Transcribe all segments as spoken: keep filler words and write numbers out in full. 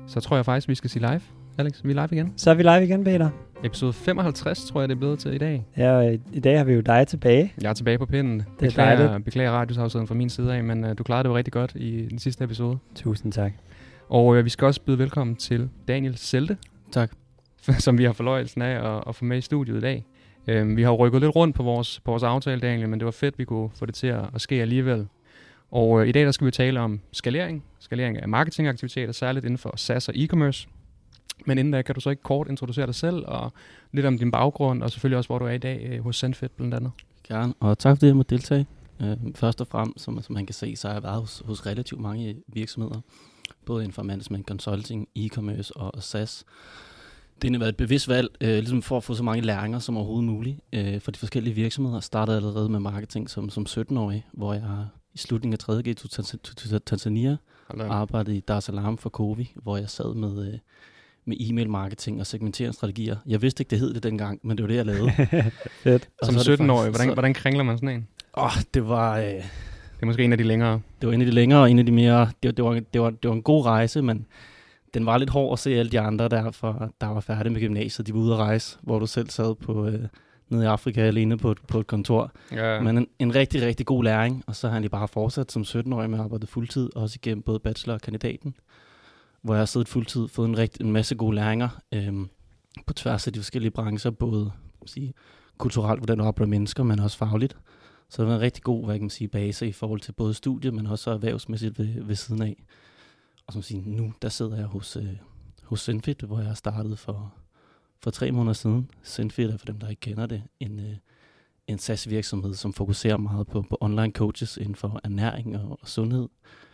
Så tror jeg faktisk, vi skal sige live. Alex, vi er live igen. Så er vi live igen, Peter. Episode femoghalvtreds, tror jeg, det er blevet til i dag. Ja, og i, i dag har vi jo dig tilbage. Jeg er tilbage på pinden. Det er beklager, dejligt. beklager radiotavsheden fra min side af, men uh, du klarede det jo rigtig godt i den sidste episode. Tusind tak. Og uh, vi skal også byde velkommen til Daniel Selte. Tak. Som vi har fornøjelsen af at, at få med i studiet i dag. Uh, vi har rykket lidt rundt på vores, på vores aftale, Daniel, men det var fedt, vi kunne få det til at, at ske alligevel. Og uh, i dag der skal vi tale om skalering. Skalering af marketingaktiviteter, særligt inden for SaaS og e-commerce. Men inden da kan du så ikke kort introducere dig selv, og lidt om din baggrund, og selvfølgelig også, hvor du er i dag øh, hos Zenfit blandt andet. Gerne, og tak fordi jeg måtte deltage. Øh, først og fremmest, som, som man kan se, så har jeg været hos, hos relativt mange virksomheder. Både inden for management, consulting, e-commerce og, og SaaS. Det har været et bevidst valg, øh, ligesom for at få så mange læringer som overhovedet muligt øh, for de forskellige virksomheder. Jeg startede allerede med marketing som, som sytten-årig, hvor jeg i slutningen af tredje G tog til Tanzania og arbejdede i Dar es Salaam for Covi, hvor jeg sad med... Øh, med e-mail-marketing og segmenteringsstrategier. Jeg vidste ikke, det hed det dengang, men det var det, jeg lavede. Fedt. Som sytten-årig, hvordan, så, hvordan kringler man sådan en? Åh, oh, det var... Øh, det er måske en af de længere. Det var en af de længere, og en af de mere... Det, det, var, det, var, det var en god rejse, men den var lidt hård at se alle de andre, der, for, der var færdige med gymnasiet. De var ude at rejse, hvor du selv sad på, øh, nede i Afrika alene på, på et kontor. Ja. Men en, en rigtig, rigtig god læring, og så har han lige bare fortsat som sytten-årig med at arbejde fuldtid, også igennem både bachelor og kandidaten, hvor jeg har siddet fuldtid, fået en, rigt, en masse gode læringer øhm, på tværs af de forskellige brancher, både sige, kulturelt, hvordan du arbejder med mennesker, men også fagligt. Så det var en rigtig god, hvad kan man sige, base i forhold til både studiet, men også erhvervsmæssigt ved, ved siden af. Og som sige, nu der sidder jeg hos, øh, hos Zenfit, hvor jeg har startet for, for tre måneder siden. Zenfit er, for dem, der ikke kender det, en, øh, en SaaS-virksomhed, som fokuserer meget på, på online coaches inden for ernæring og, og sundhed.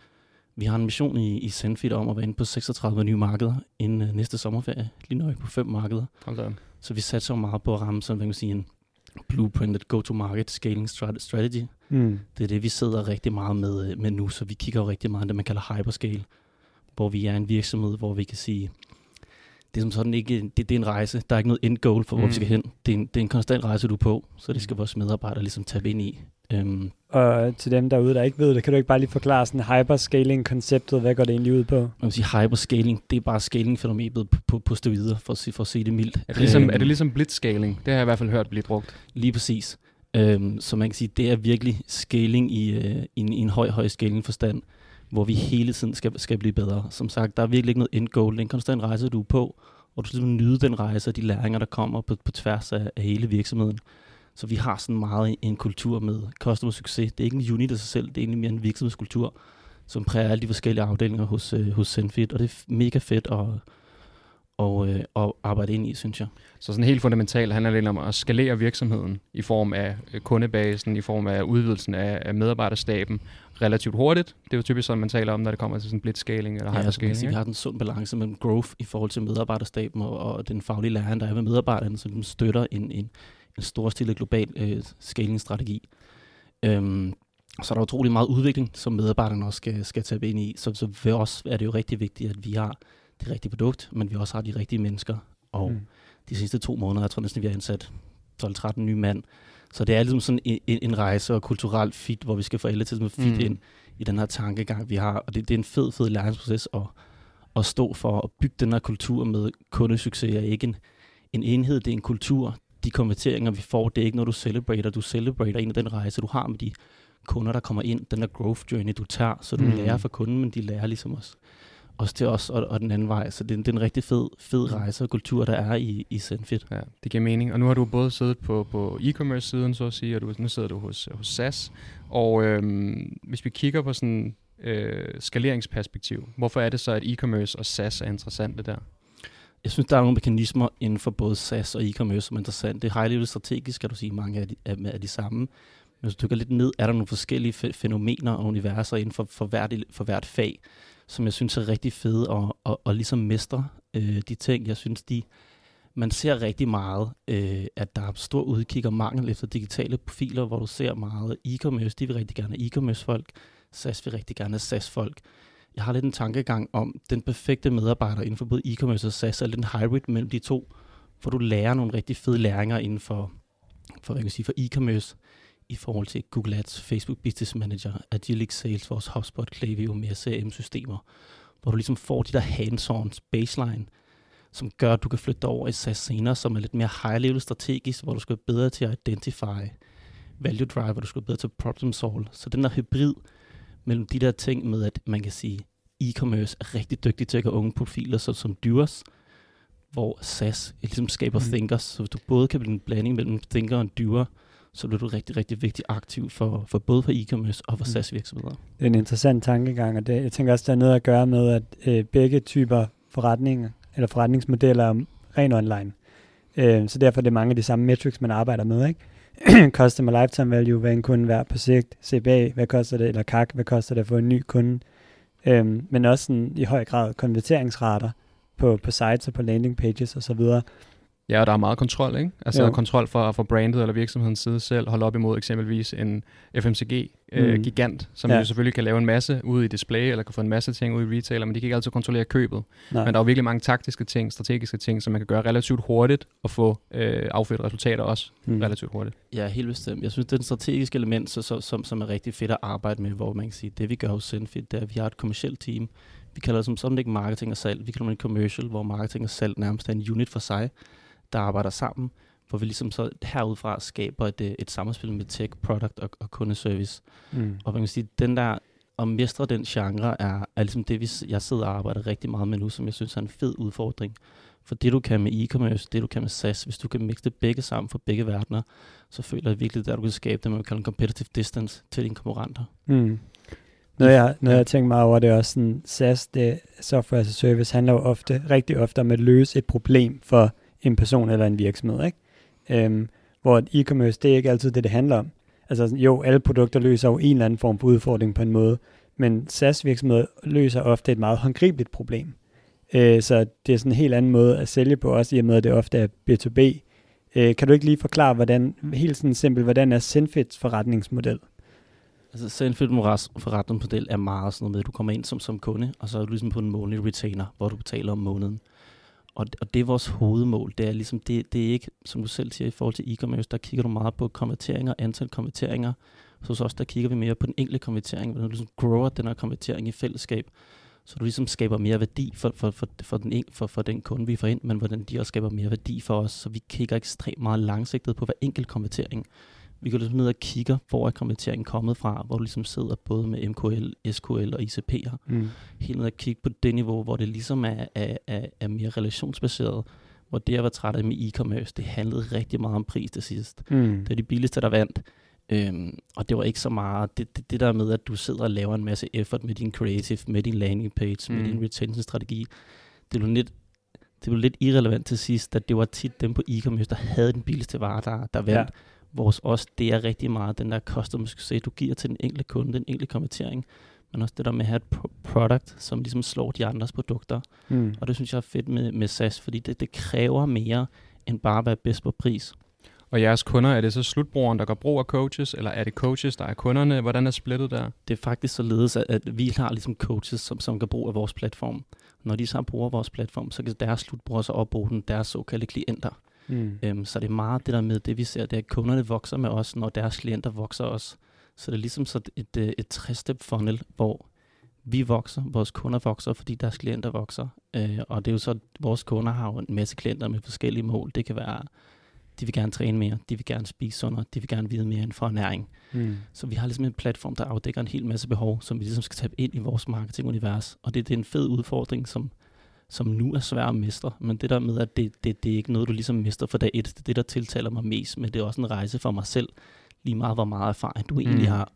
Vi har en mission i, i Zenfit om at være inde på seksogtredive nye markeder inden uh, næste sommerferie. Lige nøje på fem markeder. Okay. Så vi satser meget på at ramme sådan, hvad man sige, en blueprinted go-to-market scaling strategy. Mm. Det er det, vi sidder rigtig meget med, med nu, så vi kigger jo rigtig meget af det, man kalder hyperscale, hvor vi er en virksomhed, hvor vi kan sige, det er som sådan ikke, det, det er en rejse. Der er ikke noget end goal for, hvor mm. vi skal hen. Det er, en, det er en konstant rejse, du er på, så det skal vores medarbejdere ligesom tabe ind i. Um, og til dem derude, der ikke ved det, kan du ikke bare lige forklare sådan hyperscaling-konceptet? Hvad går det egentlig ud på? Man kan sige, hyperscaling, det er bare scaling-fænomenet på, på, på steroider, for at, for at sige det mildt. Er det, ligesom, um, er det ligesom blitzscaling? Det har jeg i hvert fald hørt blive brugt. Lige præcis. Um, så man kan sige, det er virkelig scaling i, uh, i, en, i en høj, høj scaling-forstand, hvor vi hele tiden skal, skal blive bedre. Som sagt, der er virkelig ikke noget end goal. Det er en konstant rejse, du er på, og du skal nyde den rejse og de læringer, der kommer på, på tværs af, af hele virksomheden. Så vi har sådan meget en kultur med customer succes. Det er ikke en unit af sig selv, det er egentlig mere en virksomhedskultur, som præger alle de forskellige afdelinger hos, øh, hos Zenfit, og det er mega fedt at, og, øh, at arbejde ind i, synes jeg. Så sådan helt fundamentalt handler det om at skalere virksomheden i form af kundebasen, i form af udvidelsen af, af medarbejderstaben relativt hurtigt. Det er jo typisk sådan, man taler om, når det kommer til sådan blitzscaling eller ja, hyperscaling. Altså, vi har den sund balance mellem growth i forhold til medarbejderstaben og, og den faglige læring, der er ved medarbejderne, så de støtter en, en en storstilet global øh, scaling-strategi. Øhm, så er der utrolig meget udvikling, som medarbejderne også skal, skal tage ind i. Så, så for os er det jo rigtig vigtigt, at vi har det rigtige produkt, men vi også har de rigtige mennesker. Og mm. de sidste to måneder, jeg tror næsten, vi har ansat tolv tretten nye mand. Så det er ligesom sådan en, en rejse og kulturelt fit, hvor vi skal få alle til at fit mm. ind i den her tankegang, vi har. Og det, det er en fed, fed læringsproces at, at stå for at bygge den her kultur med kundesucces. Er ikke en, en enhed, det er en kultur. De konverteringer, vi får, det er ikke noget, du celebrater. Du celebrater en af den rejse, du har med de kunder, der kommer ind. Den der growth journey, du tager, så du mm. lærer fra kunden, men de lærer ligesom os. Også til os og, og den anden vej. Så det, det er en rigtig fed, fed rejse og kultur, der er i, i Zenfit. Ja, det giver mening. Og nu har du både siddet på, på e-commerce-siden, så at sige, og du, nu sidder du hos, hos SaaS. Og øhm, hvis vi kigger på sådan øh, skaleringsperspektiv, hvorfor er det så, at e-commerce og SaaS er interessante der? Jeg synes, der er nogle mekanismer inden for både SaaS og e-commerce, som er interessant. Det er high level strategisk, kan du sige, mange af de, af de samme. Men hvis du dykker lidt ned, er der nogle forskellige fænomener og universer inden for, for, hvert, for hvert fag, som jeg synes er rigtig fede at, at, at ligesom mestre øh, de ting. Jeg synes, de, man ser rigtig meget, øh, at der er stor udkig og mangel efter digitale profiler, hvor du ser meget e-commerce. De vil rigtig gerne have e-commerce-folk. SaaS vil rigtig gerne have SaaS-folk. Jeg har lidt en tankegang om den perfekte medarbejder inden for både e-commerce og SaaS, eller den hybrid mellem de to, hvor du lærer nogle rigtig fede læringer inden for, for, hvad kan jeg sige, for e-commerce, i forhold til Google Ads, Facebook Business Manager, Agilix, Salesforce, HubSpot, Klaviyo, mere C R M-systemer, hvor du ligesom får de der hands-on baseline, som gør, at du kan flytte over i SaaS senere, som er lidt mere high-level strategisk, hvor du skal være bedre til at identify value driver, hvor du skal være bedre til problem solve. Så den der hybrid mellem de der ting med, at man kan sige, e-commerce er rigtig dygtig til at gøre unge profiler, så som Duers, hvor SaaS ligesom skaber mm. thinkers. Så hvis du både kan blive en blanding mellem thinker og en doer, så bliver du rigtig, rigtig vigtig aktiv for, for både for e-commerce og for mm. SaaS virksomheder. Det er en interessant tankegang, og det, jeg tænker også, der er noget at gøre med, at øh, begge typer forretninger, eller forretningsmodeller er ren online. Øh, så derfor er det mange af de samme metrics, man arbejder med, ikke? Customer lifetime value, hvad en kunde værd på sigt, C B A, hvad koster det, eller C A C, hvad koster det at få en ny kunde, øhm, men også sådan, i høj grad konverteringsrater på, på sites og på landing pages og så videre. Ja, og der er meget kontrol, ikke? Altså jo. kontrol for, for brandet eller virksomhedens side selv, holde op imod eksempelvis en F M C G-gigant, øh, mm. som ja. jo selvfølgelig kan lave en masse ude i display, eller kan få en masse ting ude i retailer, men de kan ikke altid kontrollere købet. Nej. Men der er jo virkelig mange taktiske ting, strategiske ting, som man kan gøre relativt hurtigt, og få øh, affødt resultater også mm. relativt hurtigt. Ja, helt bestemt. Jeg synes, det er den strategiske element, så, så, som, som er rigtig fedt at arbejde med, hvor man kan sige, det vi gør hos Zenfit, det er, at vi har et kommercielt team. Vi kalder det som sådan ikke marketing og salg, vi kalder det en commercial, hvor marketing og salg nærmest er en unit for sig, der arbejder sammen, hvor vi ligesom så herudfra skaber et, et samspil med tech, product og, og kundeservice. Mm. Og man kan sige, den der, at mestre den genre, er, er ligesom det, vi, jeg sidder og arbejder rigtig meget med nu, som jeg synes er en fed udfordring. For det, du kan med e-commerce, det, du kan med SaaS, hvis du kan mixe det begge sammen for begge verdener, så føler jeg virkelig, at du kan skabe det, man kalder en competitive distance til dine konkurrenter. Mm. Noget, jeg, noget ja. jeg tænker meget over, det er også sådan, SaaS, det software as a service, handler jo ofte, rigtig ofte om at løse et problem for en person eller en virksomhed, ikke? Øhm, hvor e-commerce, det er ikke altid det, det handler om. Altså jo, alle produkter løser jo en eller anden form for udfordring på en måde, men SaaS-virksomheder løser ofte et meget håndgribeligt problem. Øh, så det er sådan en helt anden måde at sælge på, også i og med, at det ofte er B to B. Øh, kan du ikke lige forklare, hvordan, helt sådan simpelt, hvordan er Zenfits forretningsmodel? Altså Zenfits forretningsmodel er meget sådan noget med, at du kommer ind som, som kunde, og så er du ligesom på en månedlig retainer, hvor du betaler om måneden. Og, og det er vores hovedmål. Det er ligesom, det, det er ikke, som du selv siger, i forhold til e-commerce, der kigger du meget på konverteringer, antal konverteringer. Så hos os, der kigger vi mere på den enkelte konvertering, hvordan du ligesom grower den her konvertering i fællesskab, så du ligesom skaber mere værdi for, for, for, for, den, for, for den kunde, vi får ind, men hvordan de også skaber mere værdi for os, så vi kigger ekstremt meget langsigtet på hver enkelt konvertering. Vi går ligesom ned og kigger, hvor er konverteringen kommet fra, hvor du ligesom sidder både med M K L, S K L og I C P'er. Mm. Helt ned og kigge på det niveau, hvor det ligesom er, er, er, er mere relationsbaseret, hvor det, jeg var træt af med e-commerce, det handlede rigtig meget om pris til sidst. Mm. Det er de billigste, der vandt. Øhm, og det var ikke så meget, det, det, det der med, at du sidder og laver en masse effort med din creative, med din landing page, mm. med din retention-strategi, det blev lidt, det blev lidt irrelevant til sidst, at det var tit dem på e-commerce, der havde den billigste vare, der, der vandt. Ja. Vores også, det er rigtig meget den der customer success, du giver til den enkelte kunde, den enkelte konvertering, men også det der med at have et pro- product, som ligesom slår de andres produkter. Mm. Og det synes jeg er fedt med, med SaaS, fordi det, det kræver mere end bare at være bedst på pris. Og jeres kunder, er det så slutbrugeren, der går brug af coaches, eller er det coaches, der er kunderne? Hvordan er splittet der? Det er faktisk således, at, at vi har ligesom coaches, som, som kan bruge af vores platform. Når de så bruger vores platform, så kan deres slutbrugere så opbruge den, deres såkaldte klienter. Mm. Øhm, så det er meget det der med, det vi ser, det er, at kunderne vokser med os, når deres klienter vokser os. Så det er ligesom så et, et, et tre-step funnel, hvor vi vokser, vores kunder vokser, fordi deres klienter vokser. Øh, og det er jo så, vores kunder har jo en masse klienter med forskellige mål. Det kan være, de vil gerne træne mere, de vil gerne spise sundere, de vil gerne vide mere inden for ernæring. Mm. Så vi har ligesom en platform, der afdækker en hel masse behov, som vi ligesom skal tabe ind i vores marketingunivers. Og det, det er en fed udfordring, som som nu er svært at mestre, men det der med, at det, det, det er ikke noget, du ligesom mister for dag et, det er det, der tiltaler mig mest, men det er også en rejse for mig selv, lige meget hvor meget erfaring du mm. egentlig har.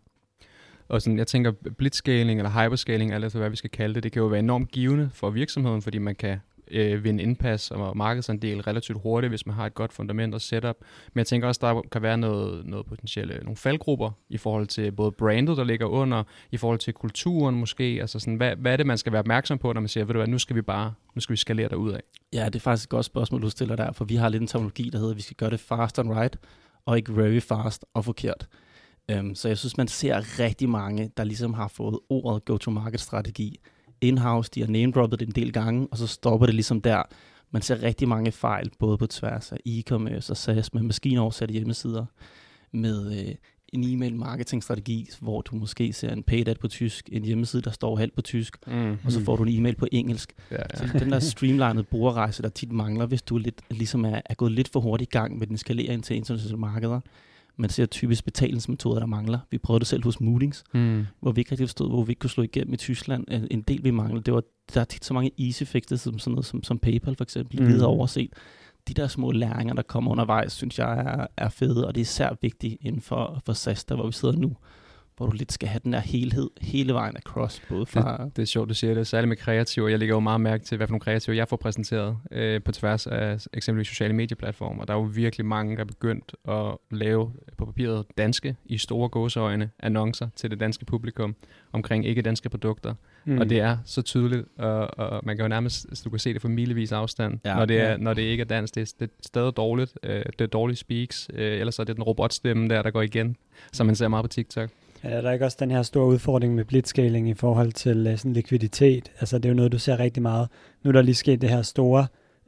Og sådan, jeg tænker, blitzscaling eller hyperscaling, eller hvad vi skal kalde det, det kan jo være enormt givende for virksomheden, fordi man kan øh, vinde indpas og markedsandel relativt hurtigt, hvis man har et godt fundament og setup. Men jeg tænker også, der kan være noget, noget potentielle, nogle faldgrupper i forhold til både brandet, der ligger under, i forhold til kulturen måske. Altså sådan, hvad, hvad er det, man skal være opmærksom på, når man siger, ved du hvad, nu skal vi bare, nu skal vi skalere derudad? Ja, det er faktisk et godt spørgsmål, du stiller der, for vi har lidt en terminologi, der hedder, at vi skal gøre det fast and right, og ikke very fast og forkert. Um, så jeg synes, man ser rigtig mange, der ligesom har fået ordet go-to-market-strategi in-house, de har name-droppet det en del gange, og så stopper det ligesom der. Man ser rigtig mange fejl, både på tværs af e-commerce og SaaS, med maskinoversatte hjemmesider, med øh, en e-mail marketing strategi, hvor du måske ser en paid ad på tysk, en hjemmeside, der står halvt på tysk, mm. og så får du en e-mail på engelsk. Ja, ja. Så den der streamlinede brugerrejse, der tit mangler, hvis du lidt, ligesom er, er gået lidt for hurtigt i gang med den skalering til internationale markeder. Man ser typisk betalingsmetoder, der mangler. Vi prøvede det selv hos Moodings, mm. hvor vi ikke rigtig forstod, hvor vi ikke kunne slå igennem i Tyskland. En del, vi manglede, det var, der er tit så mange easy fixes, som, sådan noget, som, som PayPal for eksempel, mm. videre overset. De der små læringer, der kommer undervejs, synes jeg er, er fede, og det er især vigtigt inden for, for SaaS, der hvor vi sidder nu, hvor du lidt skal have den der helhed hele vejen across. Både fra det, det er sjovt, du siger det, særligt med kreativer. Jeg lægger jo meget mærke til, hvad for nogle kreativer jeg får præsenteret øh, på tværs af eksempelvis sociale medieplatformer. Der er jo virkelig mange, der er begyndt at lave på papiret danske, i store gåseøjne, annoncer til det danske publikum omkring ikke-danske produkter. Mm. Og det er så tydeligt, og, og man kan jo nærmest, du kan se det fra milevis afstand, ja, når, det er, ja. når det ikke er dansk. Det er, det er stadig dårligt. Øh, det er dårlige speaks, øh, ellers er det den robotstemme der, der går igen, som man ser meget på TikTok. Ja, der er ikke også den her store udfordring med blitzscaling i forhold til uh, sådan likviditet. Altså det er jo noget, du ser rigtig meget. Nu er der lige sket det her store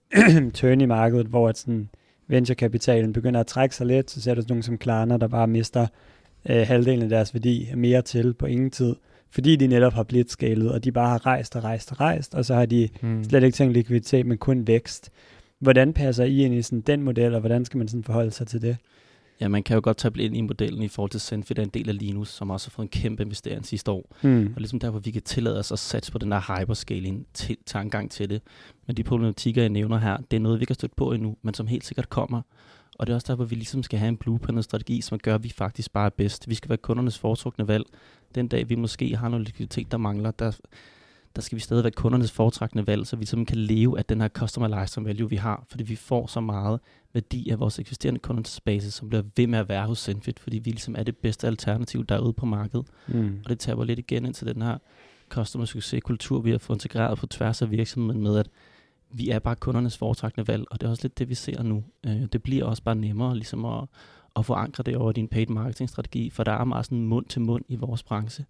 turn i markedet, hvor at sådan venturekapitalen begynder at trække sig lidt. Så ser du sådan nogle som Klarna, der bare mister uh, halvdelen af deres værdi mere til på ingen tid. Fordi de netop har blitzscalet, og de bare har rejst og rejst og rejst, og så har de hmm. slet ikke tænkt likviditet, men kun vækst. Hvordan passer I ind i sådan den model, og hvordan skal man sådan forholde sig til det? Ja, man kan jo godt tage ind i modellen i forhold til Zenfit, der er en del af Linus, som også har fået en kæmpe investering sidste år. Mm. Og ligesom derfor, vi kan tillade os at satse på den der hyperscaling til, tage en gang til det. Men de problematikker, jeg nævner her, det er noget, vi ikke har stødt på endnu, men som helt sikkert kommer. Og det er også derfor, vi ligesom skal have en blueprint-strategi, som gør, at vi faktisk bare er bedst. Vi skal være kundernes foretrukne valg. Den dag, vi måske har noget likviditet, der mangler, der, der skal vi stadig være kundernes foretrækkende valg, så vi simpelthen kan leve af den her customer lifetime value, vi har. Fordi vi får så meget værdi af vores eksisterende kundebase, som bliver ved med at være hos Zenfit, fordi vi ligesom er det bedste alternativ derude på markedet. Mm. Og det taber lidt igen ind til den her customer success-kultur, vi har fået integreret på tværs af virksomheden med, at vi er bare kundernes foretrækkende valg, og det er også lidt det, vi ser nu. Øh, det bliver også bare nemmere ligesom at, at forankre det over din paid marketing-strategi, for der er meget sådan mund til mund i vores branche.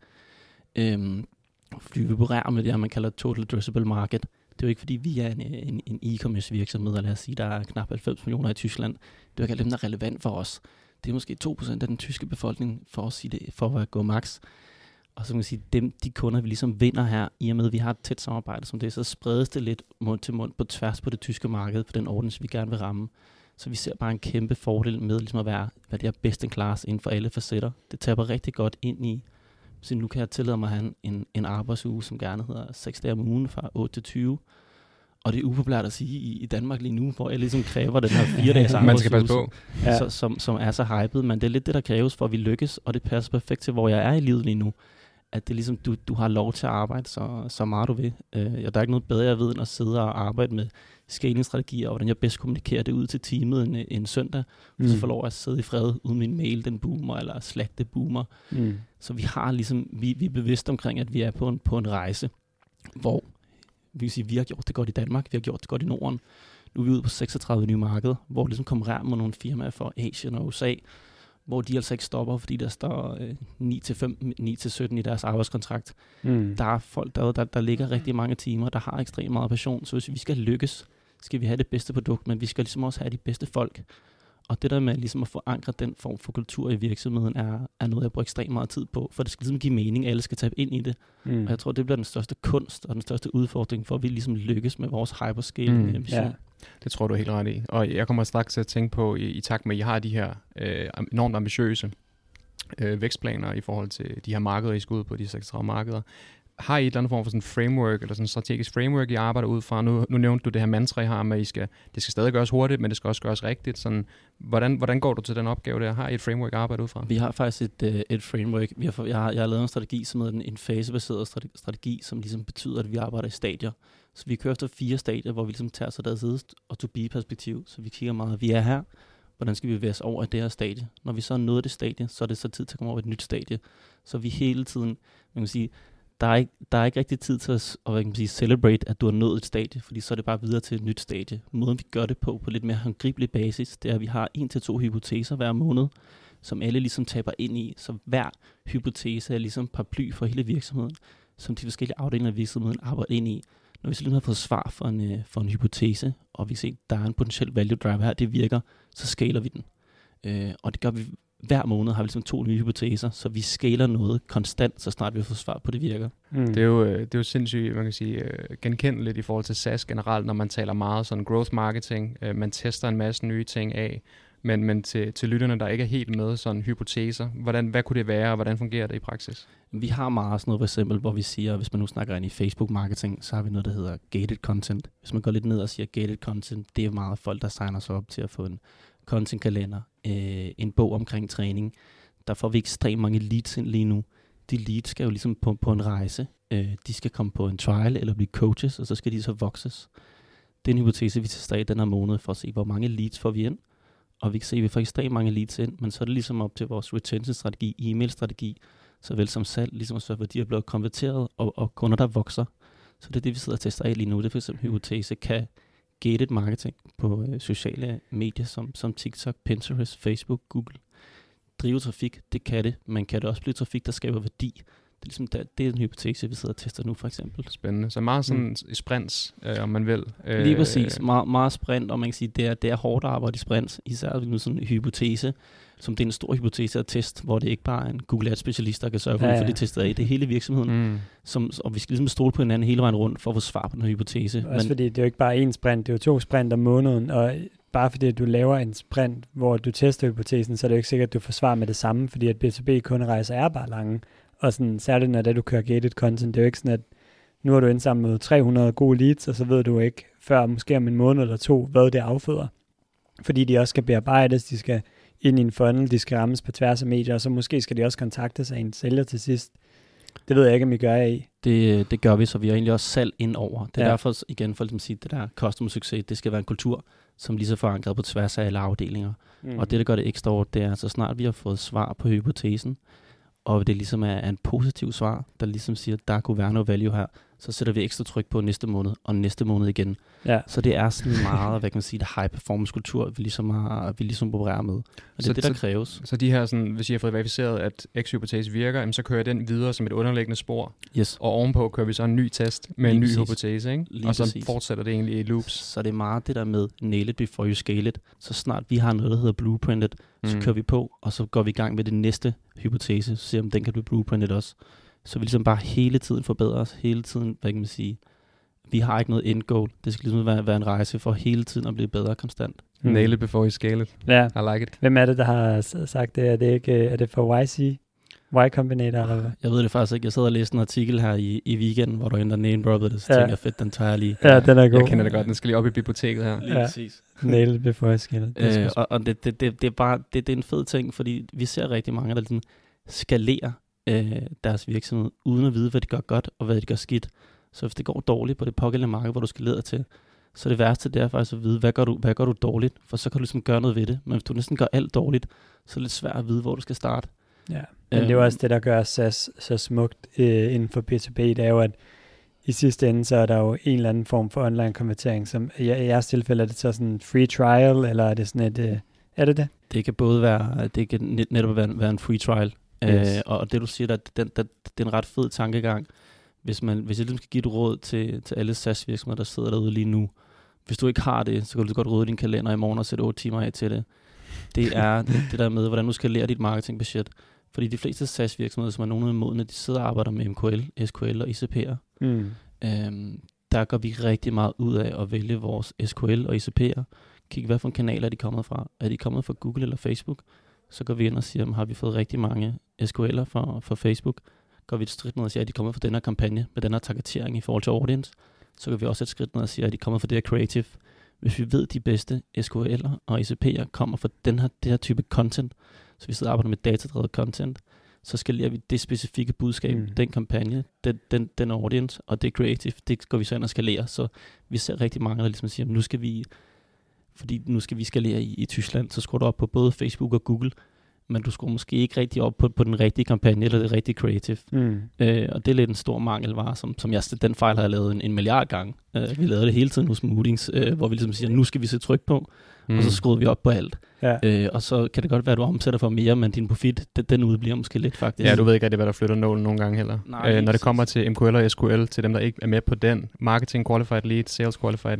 Øhm, fordi vi opererer med det her, man kalder total addressable market. Det er jo ikke, fordi vi er en, en, en e-commerce virksomhed, og lad os sige, der er knap halvfems millioner i Tyskland. Det er jo ikke alt dem, der er relevant for os. Det er måske to procent af den tyske befolkning, for at sige det, for at gå max. Og så kan man sige, dem, de kunder, vi ligesom vinder her, i og med, at vi har et tæt samarbejde som det, så spredes det lidt mund til mund på tværs på det tyske marked, på den ordning, vi gerne vil ramme. Så vi ser bare en kæmpe fordel med ligesom at være, hvad det er best in class inden for alle facetter. Det taber rigtig godt ind i, så nu kan jeg tillade mig at have en, en arbejdsuge, som gerne hedder seks dage om ugen fra otte til tyve. Og det er upopulært at sige i, i Danmark lige nu, hvor jeg ligesom kræver den her fire dages arbejdsuge, man skal passe på. Ja. Så, som, som er så hyped, men det er lidt det, der kræves for, at vi lykkes, og det passer perfekt til, hvor jeg er i livet lige nu. At det er ligesom, du, du har lov til at arbejde så, så meget du vil. Øh, og der er ikke noget bedre, jeg ved, end at sidde og arbejde med scaling-strategier, og hvordan jeg bedst kommunikerer det ud til teamet en, en søndag, mm. og så får lov at sidde i fred, uden min mail, den boomer, eller Slack, det boomer. Mm. Så vi har ligesom, vi, vi er bevidste omkring, at vi er på en, på en rejse, hvor vi vil sige, vi har gjort det godt i Danmark, vi har gjort det godt i Norden. Nu er vi ude på seksogtredive nye markeder, hvor vi ligesom konkurrerer med nogle firmaer fra Asien og U S A, hvor de altså ikke stopper, fordi der står øh, ni til fem, ni til sytten i deres arbejdskontrakt. Mm. Der er folk derude, der, der ligger rigtig mange timer, der har ekstremt meget passion, så hvis vi skal lykkes, skal vi have det bedste produkt, men vi skal ligesom også have de bedste folk. Og det der med ligesom at forankre den form for kultur i virksomheden, er, er noget, jeg bruger ekstremt meget tid på, for det skal ligesom give mening, alle skal tabe ind i det. Mm. Og jeg tror, det bliver den største kunst og den største udfordring, for at vi ligesom lykkes med vores hyperscaling mm. mission. Ja. Det tror du helt ret i. Og jeg kommer straks til at tænke på, i, i takt med, at I har de her øh, enormt ambitiøse øh, vækstplaner i forhold til de her markeder, I skal ud på, de seksogtredive markeder. Har I et eller andet form for sådan en framework, eller sådan en strategisk framework, I arbejder ud fra? Nu, nu nævnte du det her mantra, I har med, at I skal, det skal stadig gøres hurtigt, men det skal også gøres rigtigt. Sådan, hvordan, hvordan går du til den opgave der? Har I et framework, I arbejder ud fra? Vi har faktisk et, uh, et framework. Vi har, jeg, har, jeg har lavet en strategi, som er en, en fasebaseret strategi, som ligesom betyder, at vi arbejder i stadier. Så vi kører efter fire stadier, hvor vi ligesom tager sig der side og to-be-perspektiv. Så vi kigger meget, vi er her. Hvordan skal vi bevæge os over i det her stadie? Når vi så er nået det stadie, så er det så tid til at komme over et nyt stadie. Så vi hele tiden, man kan sige, der er ikke, der er ikke rigtig tid til at, at kan man sige, celebrate, at du har nået et stadie, fordi så er det bare videre til et nyt stadie. Måden vi gør det på, på lidt mere håndgribelig basis, det er, at vi har en til to hypoteser hver måned, som alle ligesom taber ind i. Så hver hypotese er ligesom paraply for hele virksomheden, som de forskellige afdelinger af virksomheden arbejder ind i. Når vi så lige har fået svar for en, for en hypotese, og vi ser, at der er en potentiel value driver her, det virker, så skaler vi den. Øh, og det gør vi hver måned har vi ligesom to nye hypoteser, så vi scaler noget konstant, så snart vi får svar på, det virker. Mm. Det er jo, det er jo sindssygt, man kan sige, genkendeligt i forhold til SaaS generelt, når man taler meget sådan growth marketing. Man tester en masse nye ting af, men, men til, til lytterne, der ikke er helt med sådan hypoteser, hvordan, hvad kunne det være, og hvordan fungerer det i praksis? Vi har meget sådan noget, for eksempel, hvor vi siger, hvis man nu snakker ind i Facebook-marketing, så har vi noget, der hedder gated content. Hvis man går lidt ned og siger gated content, det er meget folk, der signer sig op til at få en content-kalender, øh, en bog omkring træning. Der får vi ekstremt mange leads ind lige nu. De leads skal jo ligesom på, på en rejse. Øh, de skal komme på en trial eller blive coaches, og så skal de så vokses. Det er en hypotese, vi tester i den her måned for at se, hvor mange leads får vi ind. Og vi kan se, at vi får ekstremt mange leads ind, men så er det ligesom op til vores retention-strategi, e-mail-strategi, såvel som salg, ligesom så, hvor de er blevet konverteret, og, og kunder, der vokser. Så det er det, vi sidder og tester af lige nu. Det er for eksempel hypotese, kan gated marketing på øh, sociale medier, som, som TikTok, Pinterest, Facebook, Google, drive trafik? Det kan det, men kan det også blive trafik, der skaber værdi? Det er, ligesom der, det er en hypotese, vi sidder og tester nu, for eksempel. Spændende. Så meget sådan mm. sprints, øh, om man vil. Øh, Lige præcis. Meget, meget sprint, og man kan sige, det er, det er hårdt arbejde i sprints. Især nu sådan en hypotese, som det er en stor hypotese at teste, hvor det ikke bare er en Google Ads-specialist, der kan sørge for, ja, ja. for det testet af. Det er hele virksomheden, mm. som, og vi skal ligesom stole på hinanden hele vejen rundt for at få svar på den hypotese. Også men, fordi det er jo ikke bare én sprint, det er jo to sprint om måneden, og bare fordi du laver en sprint, hvor du tester hypotesen, så er det jo ikke sikkert, at du får svar med det samme, fordi at B to B-kunderejser er bare lange. Og sådan, særligt når det, du kører gated content, det er jo ikke sådan, at nu har du indsamlet tre hundrede gode leads, og så ved du ikke før måske om en måned eller to, hvad det afføder. Fordi de også skal bearbejdes, de skal ind i en funnel, de skal rammes på tværs af medier, og så måske skal de også kontaktes af en sælger til sidst. Det ved jeg ikke, om I gør jer i. Det, det gør vi, så vi har egentlig også salg ind over. Det er ja. derfor, igen, for at sige, det der customer succes, det skal være en kultur, som lige så forankret på tværs af alle afdelinger. Mm. Og det, der gør det ekstra over, det er, så snart vi har fået svar på hypotesen, og det ligesom er, er en positiv svar, der ligesom siger, at der kunne være noget value her, så sætter vi ekstra tryk på næste måned, og næste måned igen. Ja. Så det er sådan meget, hvad kan man sige, det high performance kultur, vi ligesom, har, vi ligesom opererer med. Og det så, er det, der så, kræves. Så de her, sådan, hvis I har fået verificeret, at X-hypotese virker, jamen, så kører den videre som et underliggende spor, yes. og ovenpå kører vi så en ny test med Lige en ny præcis. hypotese, ikke? Og så præcis. fortsætter det egentlig i loops. Så det er meget det der med nail it before you scale it. Så snart vi har noget, der hedder blueprintet, mm. så kører vi på, og så går vi i gang med det næste hypotese, så ser om den kan blive blueprintet også. Så vi ligesom bare hele tiden forbedrer os, hele tiden, hvad kan man sige, vi har ikke noget end goal. Det skal ligesom være, være en rejse for hele tiden at blive bedre konstant. Mm. Nail it before you scale it. Ja. I like it. Hvem er det, der har sagt det? Er det, ikke, er det for Y C? Y Combinator, eller hvad? Jeg ved det faktisk ikke. Jeg sad og læste en artikel her i, i weekenden, hvor du endte name droppede det, så ja. tænker jeg fedt, den tager jeg lige. Ja, den er god. Jeg kender det godt. Den skal lige op i biblioteket her. Lige ja. præcis. Nail it before you scale it. Øh, og og det, det, det, det, er bare, det, det er en fed ting, fordi vi ser rigtig mange, der ligesom skalerer øh, deres virksomhed, uden at vide, hvad de gør godt, og hvad de gør skidt. Så hvis det går dårligt på det pågældende marked, hvor du skal lede til, så det værste, det er faktisk at vide, hvad gør du, hvad gør du dårligt, for så kan du ligesom gøre noget ved det. Men hvis du næsten gør alt dårligt, så er det lidt svært at vide, hvor du skal starte. Ja, men øhm, det er jo også det, der gør SaaS så smukt øh, inden for B to B, det er jo, at i sidste ende, så er der jo en eller anden form for online konvertering, som i, i jeres tilfælde er det så sådan en free trial, eller er det sådan et, øh, er det det? Det kan både være, det kan net, netop være, være en free trial, yes. øh, og det du siger, der, den, der, det er en ret fed tankegang. Hvis, man, hvis jeg ligesom skal give et råd til, til alle SaaS-virksomheder, der sidder derude lige nu, hvis du ikke har det, så kan du godt rydde din kalender i morgen og sætte otte timer af til det. Det er det, det der med, hvordan du skalerer dit marketingbudget. Fordi de fleste SaaS-virksomheder, som er nogenlunde modne, de sidder og arbejder med M K L, S K L og I C P'er. Mm. Øhm, der går vi rigtig meget ud af at vælge vores S K L og I C P'er. Kig, hvad for en kanal er de kommet fra. Er de kommet fra Google eller Facebook? Så går vi ind og siger, har vi fået rigtig mange S K L'er fra, fra Facebook? Går vi et skridt ned og siger, at de kommer fra den her kampagne med den her targetering i forhold til audience, så går vi også et skridt ned og siger, at de kommer fra det her creative. Hvis vi ved, at de bedste S K L'er og I C P'er kommer fra den her, det her type content, så vi sidder og arbejder med datadrevet content, så skalerer vi det specifikke budskab, mm. den kampagne, den, den, den audience og det creative, det går vi så ind og skalere. Så vi ser rigtig mange, der ligesom siger, nu skal vi, fordi nu skal vi skalere i, i Tyskland, så skruer du op på både Facebook og Google, men du skruer måske ikke rigtig op på, på den rigtige kampagne, eller det rigtige creative. Mm. Øh, og det er lidt en stor mangelvare, som, som jeg, den fejl har jeg lavet en, en milliard gange. Øh, vi lavede det hele tiden hos Moodings, øh, hvor vi ligesom siger, nu skal vi se tryk på, mm. og så skruer vi op på alt. Ja. Øh, og så kan det godt være, at du omsætter for mere, men din profit, den, den udbliver måske lidt faktisk. Ja, du ved ikke, at det er, hvad der flytter nålen nogle gange heller. Nej, øh, når det kommer til M K L og S K L, til dem, der ikke er med på den, Marketing Qualified Lead, Sales Qualified Lead,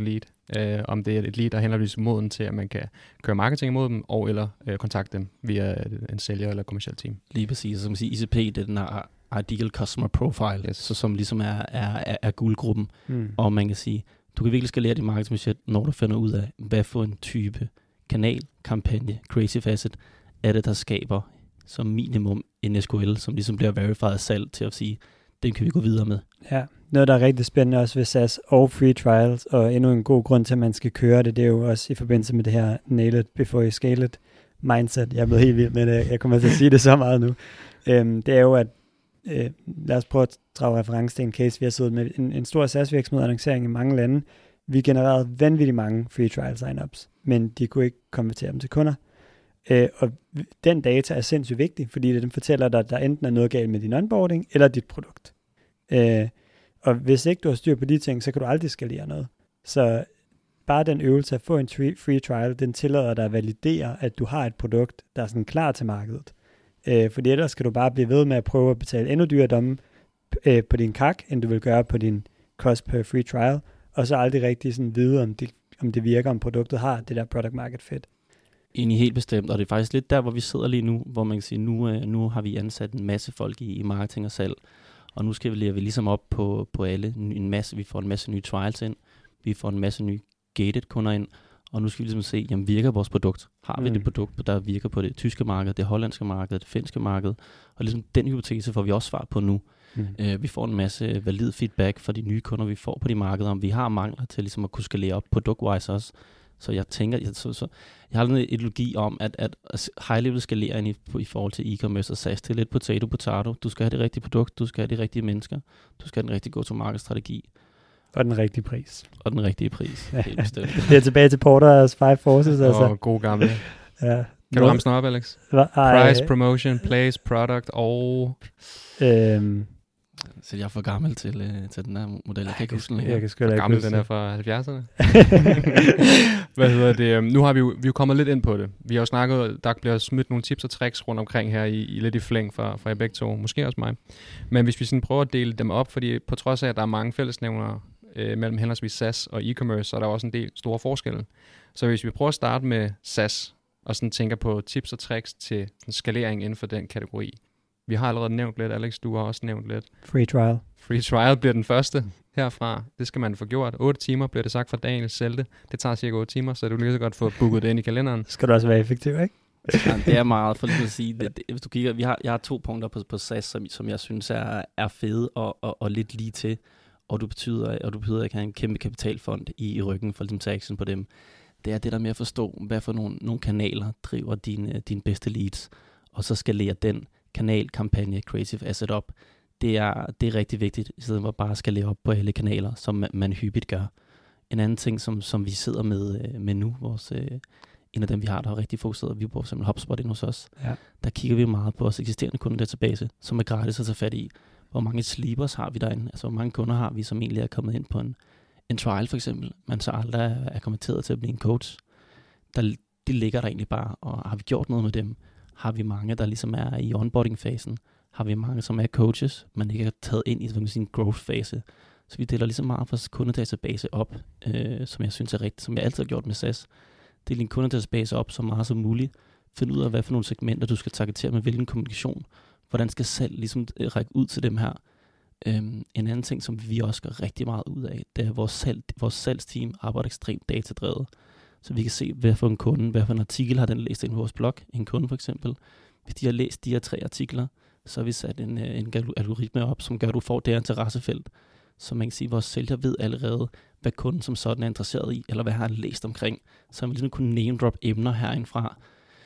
Øh, om det er et lead, der henholdsvis moden til, at man kan køre marketing imod dem, og eller øh, kontakte dem via en sælger eller kommercielt team. Lige præcis. Som man siger, I C P, det er den her Ideal Customer Profile, yes. så, som ligesom er, er, er, er guldgruppen. Mm. Og man kan sige, du kan virkelig skalere dit marketingbudget, når du finder ud af, hvad for en type kanal, kampagne, creative asset, er det, der skaber som minimum en S K L, som ligesom bliver verified salg til at sige, den kan vi gå videre med. Ja, noget der er rigtig spændende også ved SaaS og free trials, og endnu en god grund til, at man skal køre det, det er jo også i forbindelse med det her nail it before you scale it mindset. Jeg er blevet helt vild med det, jeg kommer til at sige det så meget nu. Øhm, det er jo, at øh, lad os prøve at drage reference til en case, vi har siddet med en, en stor SaaS virksomhed annoncering i mange lande. Vi genererede vanvittigt mange free trial sign-ups, men de kunne ikke konvertere dem til kunder. Øh, og den data er sindssygt vigtig, fordi det den fortæller dig, at der enten er noget galt med din onboarding, eller dit produkt. Øh, og hvis ikke du har styr på de ting, så kan du aldrig skalere noget. Så bare den øvelse at få en free trial, den tillader dig at validere, at du har et produkt, der er sådan klar til markedet. Øh, fordi ellers skal du bare blive ved med at prøve at betale endnu dyrere domme øh, på din C A C, end du vil gøre på din cost per free trial, og så aldrig rigtig sådan vide, om det, om det virker, om produktet har det der product market fit. Egentlig helt bestemt, og det er faktisk lidt der, hvor vi sidder lige nu, hvor man kan sige, nu, øh, nu har vi ansat en masse folk i, i marketing og salg, og nu skal vi, vi ligesom op på, på alle, en masse, vi får en masse nye trials ind, vi får en masse nye gated kunder ind, og nu skal vi ligesom se, jamen virker vores produkt? Har vi mm. det produkt, der virker på det tyske marked, det hollandske marked, det finske marked, og ligesom den hypotese får vi også svar på nu. Mm. Uh, vi får en masse valid feedback fra de nye kunder, vi får på de markeder, om vi har mangler til ligesom at kunne skalere op product-wise også. Så jeg tænker, jeg, så, så, jeg har en ideologi om, at, at high-level skalering i, i forhold til e-commerce og SaaS, det er lidt potato-potato. Du skal have det rigtige produkt, du skal have de rigtige mennesker, du skal have den rigtige go-to-market-strategi. Og den rigtige pris. Og den rigtige pris, helt bestemt. Det er tilbage til Porters Five Forces. Åh, altså. oh, god gamle. Ja. Kan du ramse den op, Alex? Hva? Price, promotion, place, product og... Øhm. Så jeg er for gammel til, øh, til den her model. Jeg kan ikke huske den. Jeg kan sgu da ikke gammel, den er fra halvfjerdserne. Hvad hedder det? Nu har vi jo, vi er jo kommet lidt ind på det. Vi har jo snakket, der bliver smidt nogle tips og tricks rundt omkring her i, i lidt i flæng fra, fra jer begge to. Måske også mig. Men hvis vi sådan prøver at dele dem op, fordi på trods af, at der er mange fællesnævnere øh, mellem henholdsvis SaaS og e-commerce, så er der også en del store forskelle. Så hvis vi prøver at starte med SaaS, og sådan tænker på tips og tricks til skalering inden for den kategori. Vi har allerede nævnt lidt, Alex, du har også nævnt lidt. Free trial. Free trial bliver den første herfra. Det skal man få gjort. otte timer bliver det sagt fra Daniel Selte. Det tager cirka otte timer, så du lige så godt få booket det ind i kalenderen. Skal du også være effektiv, ikke? Ja, det er meget, for lige at sige. Det, det, hvis du kigger, vi har, jeg har to punkter på, på SaaS, som, som jeg synes er, er fede og, og, og lidt lige til. Og du betyder, og du betyder, at jeg kan have en kæmpe kapitalfond i, i ryggen for ligesom, tage action på dem. Det er det der med at forstå, hvad for nogle, nogle kanaler driver dine, dine bedste leads, og så skalere den kanal, kampagne, creative asset op. Det er, det er rigtig vigtigt, i stedet for bare at skalere op på alle kanaler, som man, man hyppigt gør. En anden ting, som, som vi sidder med, med nu, vores, øh, en af dem vi har, der er rigtig fokuseret, vi bruger simpelthen HubSpot ind hos os. Ja. Der kigger vi meget på vores eksisterende kundedatabase, som er gratis at tage fat i. Hvor mange sleepers har vi derinde? Altså, hvor mange kunder har vi, som egentlig er kommet ind på en, en trial for eksempel, men så aldrig er konverteret til at blive en coach. Der, de ligger der egentlig bare, og har vi gjort noget med dem? Har vi mange, der ligesom er i onboarding-fasen? Har vi mange, som er coaches, men ikke er taget ind i sådan en growth-fase? Så vi deler ligesom meget vores kundedatabase op, øh, som jeg synes er rigtigt, som jeg altid har gjort med SaaS. Del din kundedatabase op så meget som muligt. Find ud af, hvad for nogle segmenter, du skal targetere med hvilken kommunikation. Hvordan skal salg ligesom øh, række ud til dem her? Øhm, en anden ting, som vi også gør rigtig meget ud af, det er, at vores, salg, vores salgsteam arbejder ekstremt datadrevet. Så vi kan se, hvad for en kunde, hvad for en artikel har den læst ind på vores blog. En kunde for eksempel. Hvis de har læst de her tre artikler, så har vi sat en, en algoritme op, som gør, at du får det her interessefelt. Så man kan sige, at vores sælger ved allerede, hvad kunden som sådan er interesseret i, eller hvad har han læst omkring. Så man ligesom kunne name drop emner herindfra.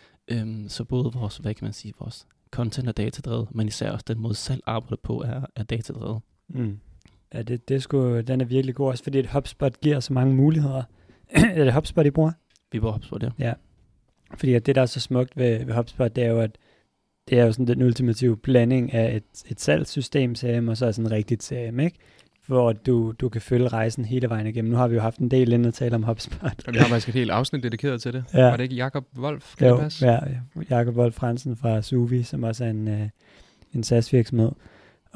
Øhm, så både vores, hvad kan man sige, vores content er datadrevet, men især også den måde salg arbejder på er, er datadrevet. Mm. Ja, det, det sgu, den er virkelig god også, fordi et HubSpot giver så mange muligheder. Er det HubSpot, I bruger? Vi bruger HubSpot, ja. Ja, fordi at det, der er så smukt ved, ved HubSpot, det er jo, at det er jo sådan den ultimative blanding af et, et salgssystem C R M, og så er sådan en rigtigt C R M, ikke? Hvor du, du kan følge rejsen hele vejen igennem. Nu har vi jo haft en del inden at tale om HubSpot. Og vi har faktisk et helt afsnit dedikeret til det. Ja. Var det ikke Jakob Wolf? Kan jo, det passe? Ja, Jakob Wolf Fransen fra Suvi, som også er en, uh, en SaaS-virksomhed.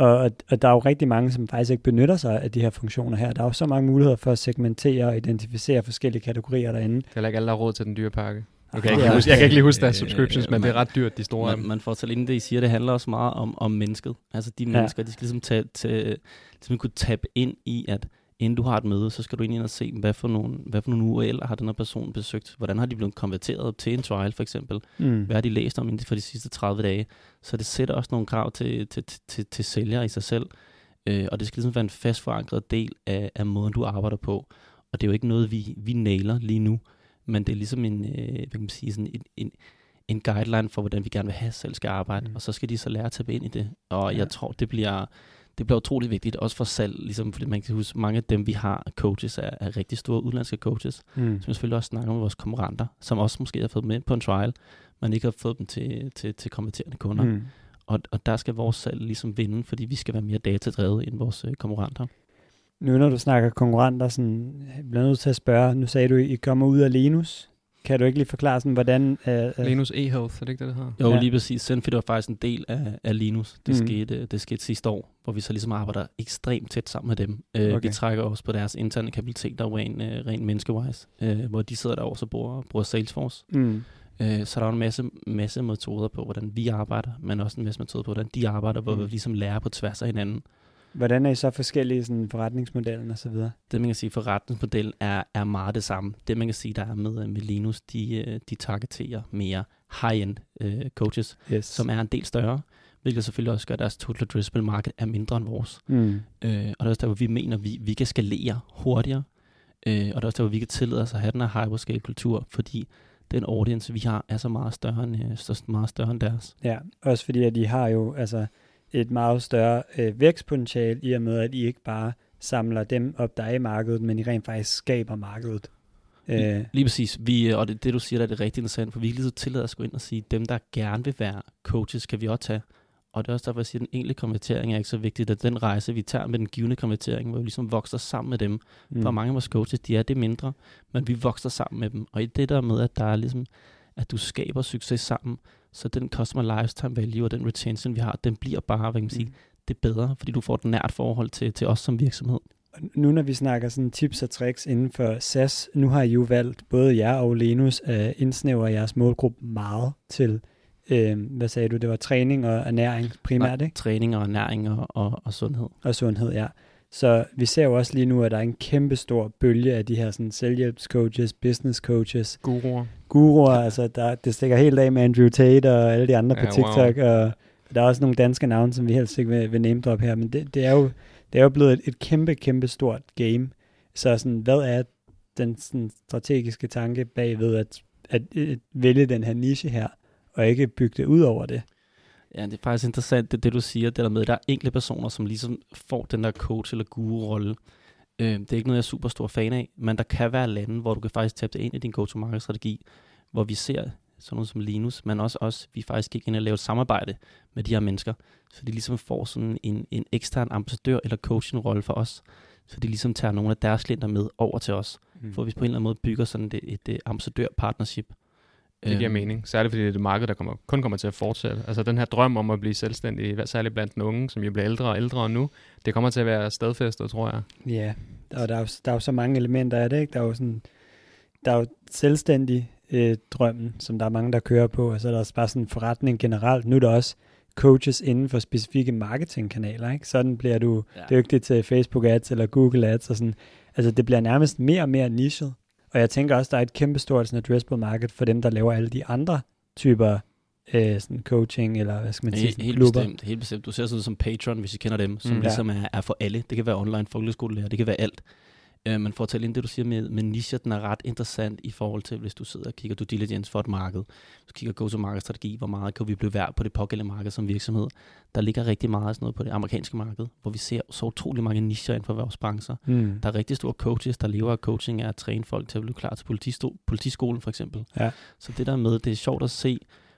Og, og der er jo rigtig mange, som faktisk ikke benytter sig af de her funktioner her. Der er jo så mange muligheder for at segmentere og identificere forskellige kategorier derinde. Det er heller ikke alle, der har råd til den dyre pakke. Okay, Ja. jeg, kan huske, jeg kan ikke lige huske deres Øh, subscriptions, men man- det er ret dyrt, de store. Man, man får til inden det, I siger, det handler også meget om, om mennesket. Altså de Ja. mennesker, de skal ligesom, tage, tage, ligesom kunne tabe ind i, at inden du har et møde, så skal du ind og se, hvad for nogle, hvad for nogle U L'er har den her person besøgt. Hvordan har de blevet konverteret til en trial for eksempel? Mm. Hvad har de læst om inden for de sidste tredive dage? Så det sætter også nogle krav til, til, til, til, til sælgere i sig selv. Øh, og det skal ligesom være en fast forankret del af, af måden, du arbejder på. Og det er jo ikke noget, vi, vi nailer lige nu. Men det er ligesom en, øh, hvad kan man sige, sådan en, en, en guideline for, hvordan vi gerne vil have at selv skal arbejde. Mm. Og så skal de så lære at tage ind i det. Og Ja. jeg tror, det bliver, det bliver utrolig vigtigt, også for salg. Ligesom, fordi man kan huske, mange af dem, vi har coaches, er, er rigtig store udenlandske coaches. Mm. Som vi selvfølgelig også snakker med vores konkurrenter, som også måske har fået dem ind på en trial, men ikke har fået dem til, til, til konverterende kunder. Mm. Og, og der skal vores salg ligesom vinde, fordi vi skal være mere datadrevet end vores øh, konkurrenter. Nu når du snakker konkurrenter, sådan, jeg bliver nødt til at spørge, nu sagde du, I kommer ud af Linus. Kan du ikke lige forklare, sådan, hvordan... Uh, Linus eHealth, er det ikke det, det hedder? Jo, Ja. ja. lige præcis. Zenfit var faktisk en del af, af Linus. Det, Mm. mm. skete, øh, det skete sidste år, hvor vi så ligesom arbejder ekstremt tæt sammen med dem. Øh, Okay. okay. Vi trækker også på deres interne kapabiliteter rent øh, ren menneskewise, øh, hvor de sidder derovre og bruger, bruger Salesforce. mm. Øh, så der er en masse, masse metoder på, hvordan vi arbejder, men også en masse metoder på, hvordan de arbejder, hvor Mm. vi ligesom lærer på tværs af hinanden. Hvordan er I så forskellige sådan, forretningsmodellen og så videre? Det man kan sige, forretningsmodellen er, er meget det samme. Det man kan sige, der er med, med Linus, de, øh, de targeterer mere high-end øh, coaches, Yes. som er en del større, hvilket selvfølgelig også gør, at deres total addressable market er mindre end vores. Mm. Øh, og det er også der, hvor vi mener, at vi, vi kan skalere hurtigere, øh, og det er også der, hvor vi kan tillade os at have den her hyperscale-kultur, fordi den audience, vi har, er så meget større end, øh, så meget større end deres. Ja, også fordi, at I har jo altså, et meget større øh, vækstpotentiale, i og med, at I ikke bare samler dem op, der er i markedet, men I rent faktisk skaber markedet. Øh, Lige præcis. Vi, og det, det, du siger, der er det rigtig interessant, for vi kan lige så tillade os at gå ind og sige, dem, der gerne vil være coaches, kan vi også tage. Og det er også derfor, jeg siger, at den enkelte konvertering er ikke så vigtigt, at den rejse, vi tager med den givende konvertering, hvor vi ligesom vokser sammen med dem. mm. For mange af vores coaches, de er det mindre, men vi vokser sammen med dem. Og i det der med, at der er ligesom, at du skaber succes sammen, så den customer lifetime value og den retention, vi har, den bliver bare, hvad kan man sige, Mm. det er bedre, fordi du får et nært forhold til, til os som virksomhed. Og nu når vi snakker sådan tips og tricks inden for S A S, nu har I jo valgt, både jer og Linus, at indsnævre jeres målgruppe meget til, øh, hvad sagde du, det var træning og ernæring primært, ikke? Træning og ernæring og, og, og sundhed. Og sundhed, ja. Så vi ser jo også lige nu, at der er en kæmpe stor bølge af de her sådan selvhjælpscoaches, business coaches, Guruer. guruer, altså der, det stikker helt af med Andrew Tate og alle de andre Ja, på TikTok, og der er også nogle danske navne, som vi helst ikke vil, vil name drop her, men det, det er jo det er jo blevet et, et kæmpe, kæmpe stort game. Så sådan, hvad er den sådan, strategiske tanke bagved at, at, at vælge den her niche her, og ikke bygge det ud over det? Ja, det er faktisk interessant, det, det du siger, det der med, at der er enkelte personer, som ligesom får den der coach- eller guru-rolle. Øh, det er ikke noget, jeg er super stor fan af, men der kan være lande, hvor du kan faktisk tabe det ind i din go-to-market-strategi, hvor vi ser sådan noget som Linus, men også os, vi faktisk gik ind og lavede et samarbejde med de her mennesker, så de ligesom får sådan en, en ekstern ambassadør eller coaching-rolle for os, så de ligesom tager nogle af deres klienter med over til os, Mm. for vi på en eller anden måde bygger sådan et, et, et ambassadør-partnership. Det giver Øhm, mening. Særligt fordi det er et marked, der kommer, kun kommer til at fortsætte. Altså den her drøm om at blive selvstændig, særligt blandt den unge, som jo bliver ældre og ældre nu, det kommer til at være stadfæstet, tror jeg. Ja, og der er, jo, der er jo så mange elementer af det, ikke? Der er jo sådan, der er jo selvstændig øh, drømmen, som der er mange, der kører på, og så er der også bare sådan en forretning generelt. Nu er der også coaches inden for specifikke marketingkanaler, ikke? Sådan bliver du Ja. dygtig til Facebook Ads eller Google Ads og sådan. Altså det bliver nærmest mere og mere nichet. Og jeg tænker også, der er et kæmpe stort sådan addressable market for dem, der laver alle de andre typer øh, sådan coaching, eller hvad skal man sige, Helt, sådan helt klubber. bestemt, helt bestemt. Du ser sådan noget som Patreon, hvis I kender dem, som Mm. mm. ligesom er, er for alle. Det kan være online folkeskolelærer, det kan være alt. Uh, men for at tale ind det, du siger med, med nicher, den er ret interessant i forhold til, hvis du sidder og kigger due diligence for et marked. Hvis du kigger go-to-market-strategi, hvor meget kan vi blive værd på det pågældende marked som virksomhed. Der ligger rigtig meget sådan noget på det amerikanske marked, hvor vi ser så utrolig mange nicher inden for vores brancher. Mm. Der er rigtig store coaches, der lever af coaching, er at træne folk til at blive klar til politisto- politiskolen for eksempel. Ja. Så det der med, det er sjovt at se,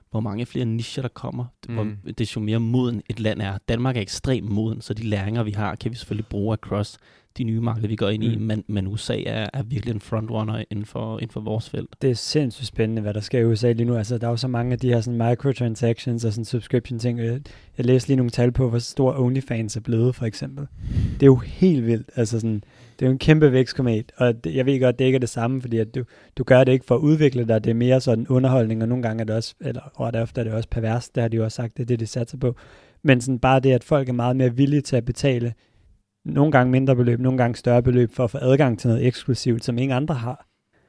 hvor mange flere nicher der kommer, Mm. hvor det jo mere moden et land er. Danmark er ekstremt moden, så de læringer, vi har, kan vi selvfølgelig bruge across de nye markeder, vi går ind i, Mm. men, men U S A er, er virkelig en frontrunner inden for, inden for vores felt. Det er sindssygt spændende, hvad der sker i U S A lige nu. Altså, der er jo så mange af de her sådan, microtransactions og sådan, subscription ting. Jeg, jeg læste lige nogle tal på, hvor stor OnlyFans er blevet, for eksempel. Det er jo helt vildt. Altså, sådan, det er jo en kæmpe vækstkomet, og det, jeg ved godt, det ikke er det samme, fordi at du, du gør det ikke for at udvikle dig. Det er mere sådan underholdning, og nogle gange er det også, eller og derefter er det også pervers, det har de jo også sagt, det er det, de satser på. Men sådan bare det, at folk er meget mere villige til at betale nogle gange mindre beløb, nogle gange større beløb, for at få adgang til noget eksklusivt, som ingen andre har.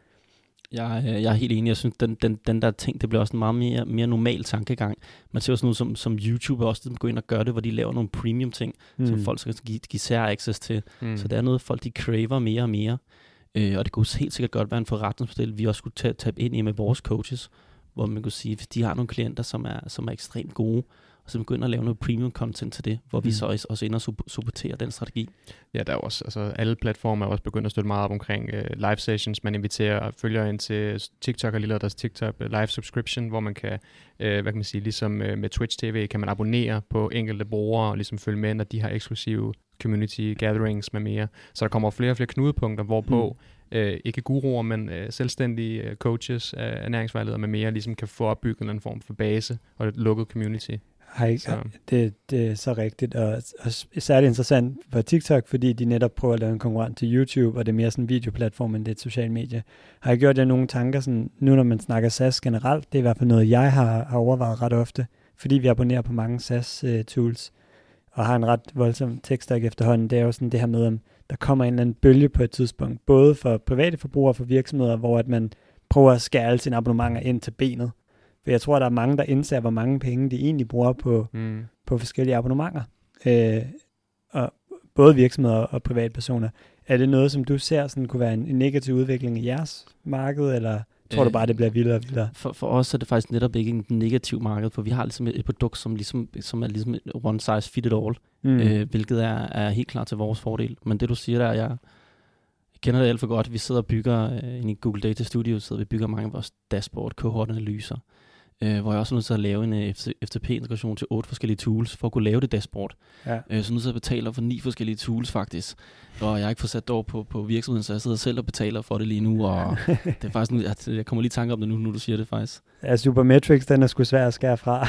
Jeg, jeg er helt enig. Jeg synes, den, den, den der ting, det bliver også en meget mere, mere normal tankegang. Man ser også noget som, som YouTube også, de går ind og gør det, hvor de laver nogle premium ting, mm. som folk skal give, give sær access til. Mm. Så det er noget, folk de craver mere og mere. Øh, og det kunne helt sikkert godt være en forretningsmodel, vi også skulle tage, tage ind i med vores coaches, hvor man kunne sige, at de har nogle klienter, som er, som er ekstremt gode, og så begynder at lave noget premium content til det, hvor mm. vi så også, også ind og supporterer den strategi. Ja, der er også, altså alle platformer er også begyndt at støtte meget op omkring uh, live sessions. Man inviterer følgere ind til TikTok og lige lavet deres TikTok live subscription, hvor man kan, uh, hvad kan man sige, ligesom uh, med Twitch T V, kan man abonnere på enkelte brugere og ligesom følge med, når de har eksklusive community gatherings med mere. Så der kommer flere og flere knudepunkter, hvorpå mm. uh, ikke guruer, men uh, selvstændige uh, coaches, uh, ernæringsvejledere med mere, ligesom kan få opbygget en form for base og et lukket community. Hej, det, det er så rigtigt, og, og særligt interessant for TikTok, fordi de netop prøver at lave en konkurrent til YouTube, og det er mere sådan en videoplatform, end det er et socialt medie. Har jeg gjort jer nogle tanker, sådan, nu når man snakker S A S generelt, det er i hvert fald noget, jeg har, har overvejet ret ofte, fordi vi abonnerer på mange S A S-tools, og har en ret voldsom tekst efterhånden, det er jo sådan det her med, om der kommer en eller anden bølge på et tidspunkt, både for private forbrugere og for virksomheder, hvor at man prøver at skære alle sine abonnementer ind til benet. For jeg tror, der er mange, der indser, hvor mange penge de egentlig bruger på, mm. på forskellige abonnementer. Øh, og både virksomheder og privatpersoner. Er det noget, som du ser sådan, kunne være en, en negativ udvikling i jeres marked, eller tror øh, du bare, det bliver vildere og vildere? For, for os er det faktisk netop ikke en negativ marked, for vi har ligesom et, et produkt, som, ligesom, som er ligesom one size fit it all, mm. øh, hvilket er, er helt klart til vores fordel. Men det, du siger der, jeg, jeg kender det alt for godt. Vi sidder og bygger, øh, i Google Data Studio, så vi bygger mange af vores dashboard, cohort-analyser, Uh, hvor jeg også er nødt til at lave en uh, F T P-integration til otte forskellige tools, for at kunne lave det dashboard. Ja. Uh, så nu så jeg betaler for ni forskellige tools faktisk, og jeg har ikke fået sat det over på, på virksomheden, så jeg sidder selv og betaler for det lige nu, og det er faktisk nu, jeg, jeg kommer lige i tanke om det nu, nu du siger det faktisk. Ja, Supermetrics, den er sgu svær at skære fra.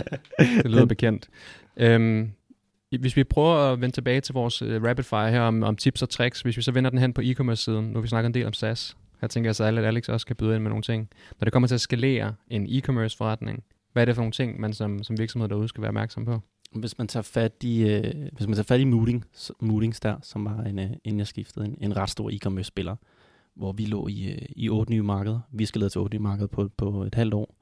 Det lyder bekendt. Um, hvis vi prøver at vende tilbage til vores uh, rapid fire her om, om tips og tricks, hvis vi så vender den hen på e-commerce-siden, nu vi snakker en del om S A S. Her tænker jeg så, at Alex også kan byde ind med nogle ting. Når det kommer til at skalere en e-commerce forretning, hvad er det for nogle ting, man som, som virksomhed derude skal være opmærksom på? Hvis man tager fat i, øh, hvis man tager fat i Mooting, Mootings der, som var en, øh, inden jeg skiftede, en, en ret stor e-commerce spiller, hvor vi lå i, øh, i otte nye markeder. Vi skal lede til otte nye markeder på, på et halvt år.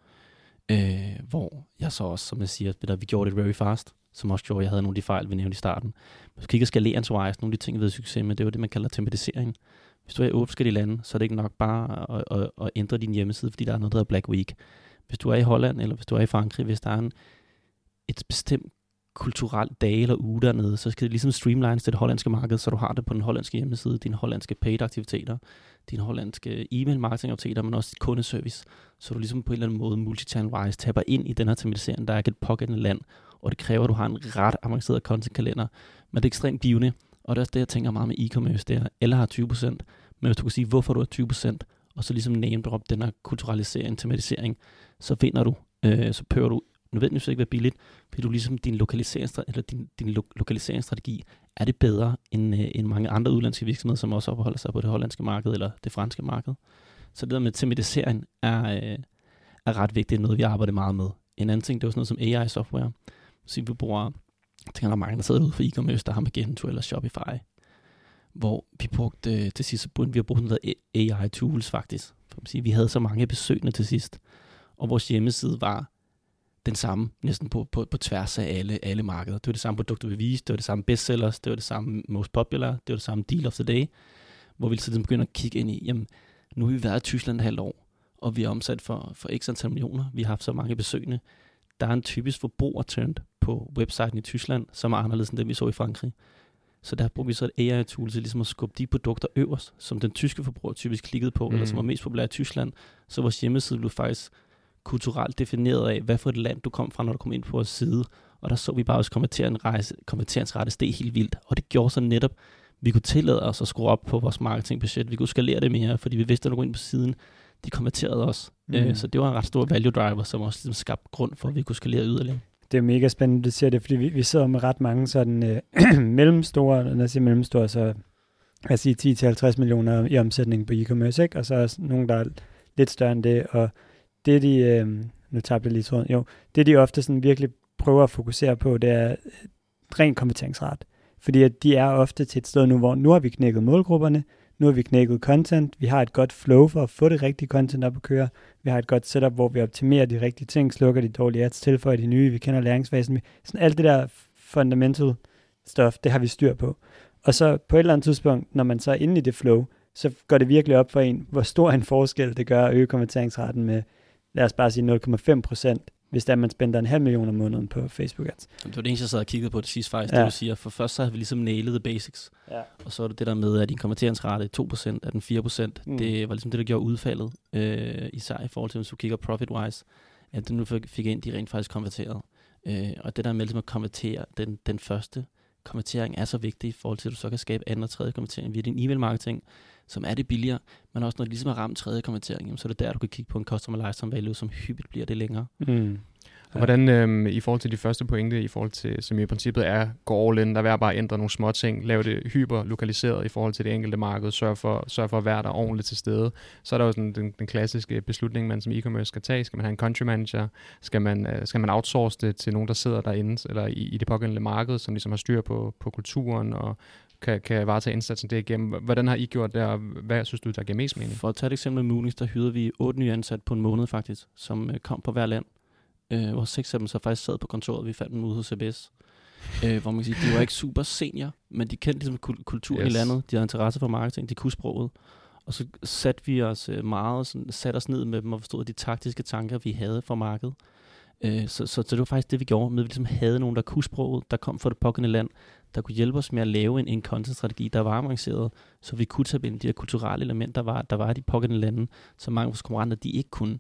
Øh, hvor jeg så også, som jeg siger, der, vi gjorde det very fast, som også gjorde, at jeg havde nogle af de fejl, vi nævnte i starten. Hvis du kigger skaleringswise, nogle af de ting, vi havde succes med, det var det, man kalder tematisering. Hvis du er i otte forskellige lande, så er det ikke nok bare at, at, at ændre din hjemmeside, fordi der er noget, der hedder Black Week. Hvis du er i Holland, eller hvis du er i Frankrig, hvis der er en, et bestemt kulturelt dag eller uge dernede, så skal det ligesom streamlines til det hollandske marked, så du har det på den hollandske hjemmeside, dine hollandske paid-aktiviteter, dine hollandske e-mail-marketing-aktiviteter, men også dit kundeservice, så du ligesom på en eller anden måde multi-channel-wise tapper ind i den her tematisering, der er ikke et pågældende land, og det kræver, at du har en ret avanceret content-kalender, men det er ekstremt givende. Og det er også det, jeg tænker meget med e-commerce, det er, alle har tyve procent, men hvis du kan sige, hvorfor du har tyve procent, og så ligesom name drop den her kulturalisering, tematisering, så vinder du, øh, så pører du nødvendigvis ikke være billigt, fordi du ligesom din, eller din, din lo- lokaliseringsstrategi, er det bedre end, øh, end mange andre udlandske virksomheder, som også opholder sig på det hollandske marked eller det franske marked. Så det der med tematisering er, øh, er ret vigtigt, noget vi arbejder meget med. En anden ting, det er også noget som A I-software, så vi bruger. Jeg tænker, der er mange, der sidder ude for e-commerce, der har Magento eller Shopify, hvor vi brugte til sidst, vi har brugt noget A I-tools faktisk. For at sige, vi havde så mange besøgende til sidst, og vores hjemmeside var den samme, næsten på, på, på tværs af alle, alle markeder. Det var det samme produkter, vi viste, det var det samme bestsellers, det var det samme most popular, det var det samme deal of the day, hvor vi så begynder at kigge ind i, jamen, nu har vi været i Tyskland et halvt år, og vi er omsat for, for x antal millioner, vi har haft så mange besøgende. Der er en typisk forbrugertrend på websiden i Tyskland, som er anderledes end det, vi så i Frankrig. Så der brugte vi så et A I-tool til ligesom at skubbe de produkter øverst, som den tyske forbruger typisk klikkede på, mm. eller som var mest populære i Tyskland. Så vores hjemmeside blev faktisk kulturelt defineret af, hvad for et land du kom fra, når du kom ind på vores side. Og der så vi bare også konverteringsrate steg helt vildt. Og det gjorde så netop, vi kunne tillade os at skrue op på vores marketingbudget. Vi kunne skalere det mere, fordi vi vidste, at når du går ind på siden, de konverterede os. Mm. Øh, så det var en ret stor value driver, som også ligesom skabte grund for, at vi kunne skalere yderligere. Det er mega spændende, du siger det, fordi vi, vi sidder med ret mange sådan øh, mellemstore, når jeg siger mellemstore, så jeg siger ti til halvtreds millioner i omsætning på e-commerce, ikke? Og så er også nogen, der er lidt større end det, og det de, øh, nu tabte jeg lige tråden, jo, det de ofte sådan virkelig prøver at fokusere på, det er ren konverteringsret. Fordi at de er ofte til et sted nu, hvor nu har vi knækket målgrupperne, nu har vi knækket content, vi har et godt flow for at få det rigtige content op at køre, vi har et godt setup, hvor vi optimerer de rigtige ting, slukker de dårlige ads, tilføjer de nye, vi kender læringsfasen. Sådan alt det der fundamental stuff, det har vi styr på. Og så på et eller andet tidspunkt, når man så er inde i det flow, så går det virkelig op for en, hvor stor en forskel det gør at øge konverteringsraten med, lad os bare sige nul komma fem procent, hvis der man spænder en halv million om måneden på Facebook ads. Det var det eneste, jeg sad og kiggede på det sidste faktisk, ja. det du siger. For først så havde vi ligesom nailet the basics, ja. Og så er det det der med, at din konverteringsrate er to procent, at den fire procent, mm. det var ligesom det, der gjorde udfaldet, øh, især i forhold til, hvis du kigger profit-wise, at den nu fik ind, de rent faktisk konverterede. Øh, og det der med ligesom at konvertere, den, den første konvertering er så vigtig i forhold til, at du så kan skabe anden og tredje konvertering via din e-mail marketing, som er det billigere, men også når det ligesom er ramt tredje konvertering, så er det der, du kan kigge på en customer lifetime value, som hyppigt bliver det længere. Mm. Og hvordan øhm, i forhold til de første pointe, i forhold til, som i princippet er, gå all in, der vil bare ændre nogle små ting, lave det hyperlokaliseret i forhold til det enkelte marked, sørge for, sørge for at være der ordentligt til stede. Så er der jo sådan den, den klassiske beslutning, man som e-commerce skal tage. Skal man have en country manager? Skal man, øh, skal man outsource det til nogen, der sidder derinde, eller i, i det pågældende marked, som ligesom har styr på, på kulturen og kan, kan varetage indsatsen det igennem? Hvordan har I gjort det, og hvad synes du, der giver mest mening? For at tage et eksempel med Moonix, der hyrede vi otte nye ansat på en måned faktisk, som øh, kom på hver land. Uh, hvor seks af dem så faktisk sad på kontoret, vi fandt dem ude hos C B S. Uh, hvor man kan sige, de var ikke super senior, men de kendte ligesom kul- kulturen yes. i landet, de havde interesse for marketing, de kunne sproget. Og så satte vi os uh, meget, sådan, satte os ned med dem og forstod de taktiske tanker, vi havde for markedet. Uh, så, så, så det var faktisk det, vi gjorde, med at vi ligesom havde nogen, der kunne sproget, der kom fra det pågældende land, der kunne hjælpe os med at lave en, en content-strategi, der var avanceret, så vi kunne tage ind de her kulturelle elementer, der var, der var i de pågældende lande, som mange af vores konkurrenter, de ikke kunne.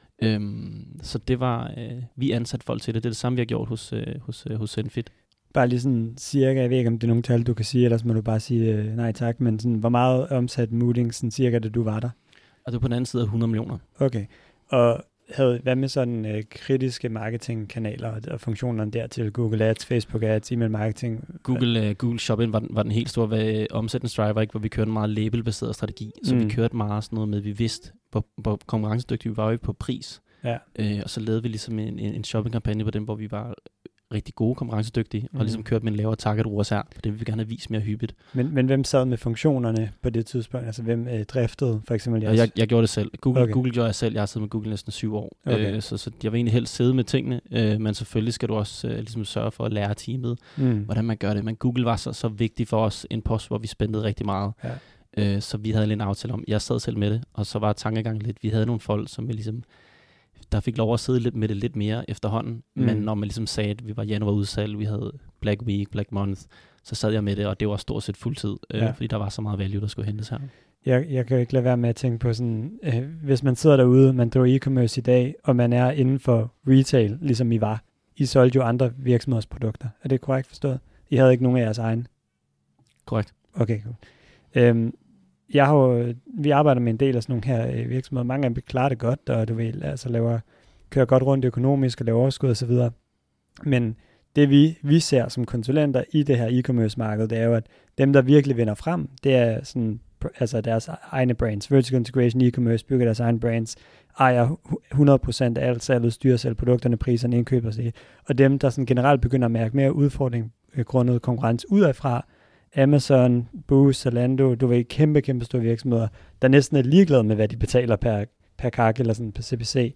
Øhm, så det var, øh, vi ansatte folk til det. Det er det samme, vi har gjort hos, øh, hos, øh, hos Zenfit. Bare lige sådan cirka, jeg ved ikke, om det er nogle tal, du kan sige, ellers må du bare sige øh, nej tak, men sådan, hvor meget omsat Mooding, sådan cirka, da du var der? Og det var på den anden side af hundrede millioner. Okay, og havde, hvad med sådan øh, kritiske marketingkanaler og, og funktionerne dertil? Google Ads, Facebook Ads, e-mail marketing? Google, øh, Google Shopping var den, var den helt store øh, omsætningsdriver, ikke, hvor vi kørte en meget labelbaseret strategi. Så mm. vi kørte meget sådan noget med, at vi vidste, hvor, hvor konkurrencedygtige vi var jo på pris. Ja. Øh, og så lavede vi ligesom en, en, en shoppingkampagne på dem, hvor vi var rigtig gode konkurrencedygtige, mm. og ligesom kørte med en lavere target R O A S her, for det vil vi gerne have vist mere hyppigt. Men, men hvem sad med funktionerne på det tidspunkt? Altså hvem øh, driftede for eksempel jeres? Jeg, jeg gjorde det selv. Google, okay. Google gjorde jeg selv. Jeg har siddet med Google næsten syv år. Okay. Øh, så, så jeg vil egentlig helst sidde med tingene, øh, men selvfølgelig skal du også øh, ligesom sørge for at lære teamet, mm. hvordan man gør det. Men Google var så, så vigtig for os, en post, hvor vi spændede rigtig meget. Ja. Øh, så vi havde lidt en aftale om, jeg sad selv med det, og så var tankegangen lidt, vi havde nogle folk, som vi ligesom, der fik lov at sidde lidt med det lidt mere efterhånden, mm. men når man ligesom sagde, at vi var januar udsalg, vi havde Black Week, Black Month, så sad jeg med det, og det var stort set fuldtid, øh, ja. fordi der var så meget value, der skulle hentes her. Jeg, jeg kan jo ikke lade være med at tænke på sådan, øh, hvis man sidder derude, man driver e-commerce i dag, og man er inden for retail, ligesom I var, I solgte jo andre virksomhedsprodukter. Er det korrekt forstået? I havde ikke nogen af jeres egen? Korrekt. Okay, cool. Øhm, jeg har jo, vi arbejder med en del af sådan nogle her øh, virksomheder. Mange af dem klarer det godt, og du ved, altså laver, kører godt rundt økonomisk og laver overskud og så videre. Men det vi, vi ser som konsulenter i det her e-commerce marked, det er jo, at dem, der virkelig vinder frem, det er sådan, altså deres egne brands. Vertical integration e-commerce bygger deres egne brands, ejer hundrede procent af alt salget, styrer selv produkterne, priserne, indkøber sig. Og dem, der sådan generelt begynder at mærke mere udfordring øh, grundet konkurrence udefra, Amazon, Boost, Zalando, du ved, kæmpe, kæmpe store virksomheder, der næsten er ligeglade med, hvad de betaler per, per kak eller sådan per C P C.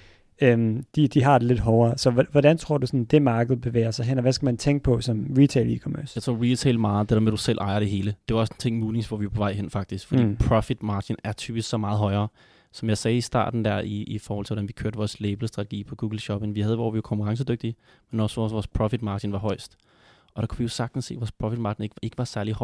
Øhm, de, de har det lidt hårdere. Så hvordan tror du, sådan, det marked bevæger sig hen, og hvad skal man tænke på som retail e-commerce? Jeg tror retail meget, det der med, at du selv ejer det hele. Det var også en ting muligt, hvor vi er på vej hen faktisk, fordi mm. profit margin er typisk så meget højere. Som jeg sagde i starten der, i, i forhold til, hvordan vi kørte vores labelstrategi på Google Shopping, vi havde, hvor vi var konkurrencedygtige, men også vores, vores profit margin var højst. Og der kunne vi jo sagtens se, at vores profit margin ikke, ikke var særlig høj,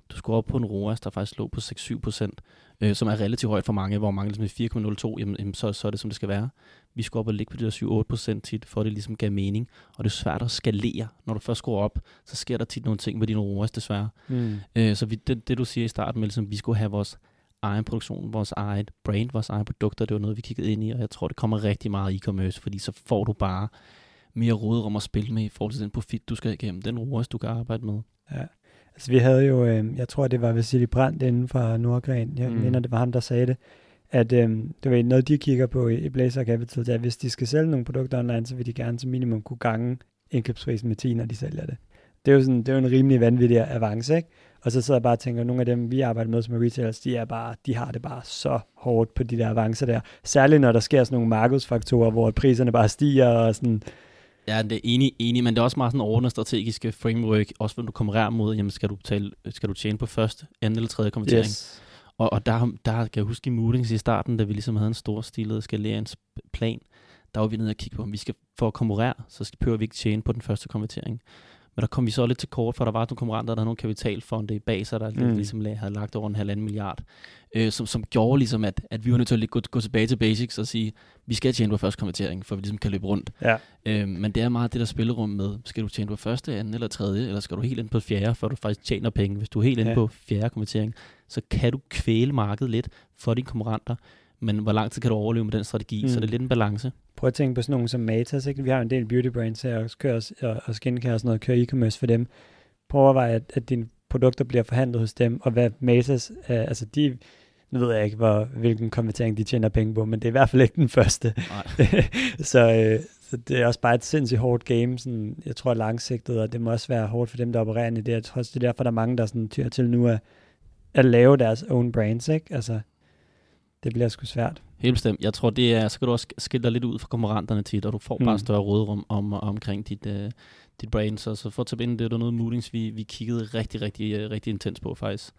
Du skulle op på en R O A S, der faktisk lå på seks til syv procent, øh, som er relativt højt for mange, hvor mange ligesom er fire komma nul to, jamen, jamen så, så er det, som det skal være. Vi skulle op og ligge på de der syv til otte procent tit, for det ligesom gav mening. Og det er svært at skalere. Når du først går op, så sker der tit nogle ting med dine R O A S, desværre. Mm. Øh, så vi, det, det, du siger i starten, med, ligesom, vi skulle have vores egen produktion, vores eget brand, vores egne produkter, det var noget, vi kiggede ind i, og jeg tror, det kommer rigtig meget e-commerce, fordi så får du bare mere råderum at spille med i forhold til den profit, du skal igennem, den R O A S, du kan arbejde med. Ja, altså vi havde jo, øh, jeg tror, det var Vasili Brandt inden for Nordgren, jeg mm. mener, det var ham, der sagde det, at øh, det var noget, de kigger på i, i Blazer Capital, det er, at hvis de skal sælge nogle produkter online, så vil de gerne som minimum kunne gange indkøbsprisen med ti, når de sælger det. Det er jo, sådan, det er jo en rimelig vanvittig avance, ikke? Og så sidder jeg bare og tænker, at nogle af dem, vi arbejder med som er retailers, de, er bare, de har det bare så hårdt på de der avancer der. Særligt når der sker sådan nogle markedsfaktorer, hvor priserne bare stiger og sådan. Ja, det er enig, enig, men det er også meget sådan en ordnet strategiske framework, også når du konkurrerer mod, jamen skal du, betale, skal du tjene på første, anden eller tredje konvertering. Yes. Og, og der, der kan jeg huske i Moodings i starten, da vi ligesom havde en stor stilet skaleringsplan, der var vi nede og kigge på, om vi skal for at konkurrere, så skal prøve vi ikke tjene på den første konvertering. Men der kom vi så lidt til kort, for der var nogle konkurrenter, der havde nogle kapitalfonde i bag sig, der mm. ligesom havde lagt over en halvanden milliard, øh, som, som gjorde ligesom, at, at vi var nødt til at gå, gå tilbage til basics og sige, vi skal tjene på første konvertering, for vi ligesom kan løbe rundt. Ja. Øh, men det er meget det der spillerum med, skal du tjene på første, anden eller tredje, eller skal du helt ind på fjerde, for du faktisk tjener penge. Hvis du er helt ind ja. på fjerde konvertering, så kan du kvæle markedet lidt for dine konkurrenter, men hvor lang tid kan du overleve med den strategi, mm. så det er lidt en balance. Prøv at tænke på sådan nogle som Matas, ikke? Vi har en del beauty brands her, og, kører, og, og skincare og sådan noget, kører e-commerce for dem. Prøv at overveje, at, at dine produkter bliver forhandlet hos dem, og hvad Matas, øh, altså de, nu ved jeg ikke, hvor, hvilken konvertering de tjener penge på, men det er i hvert fald ikke den første. så, øh, så det er også bare et sindssygt hårdt game, sådan, jeg tror langsigtet, og det må også være hårdt for dem, der opererer i det. Jeg tror også, det er derfor, der er mange, der sådan tyrer til nu at, at lave deres own brands, ikke? Altså, det bliver sgu svært. Helt bestemt. Jeg tror, det er, så kan du også skille dig lidt ud fra konkurrenterne tit, og du får mm. bare større råderum om, omkring dit, uh, dit brand. Så, så for at tage ind, det er der noget Moodings, vi, vi kiggede rigtig, rigtig, uh, rigtig intens på faktisk.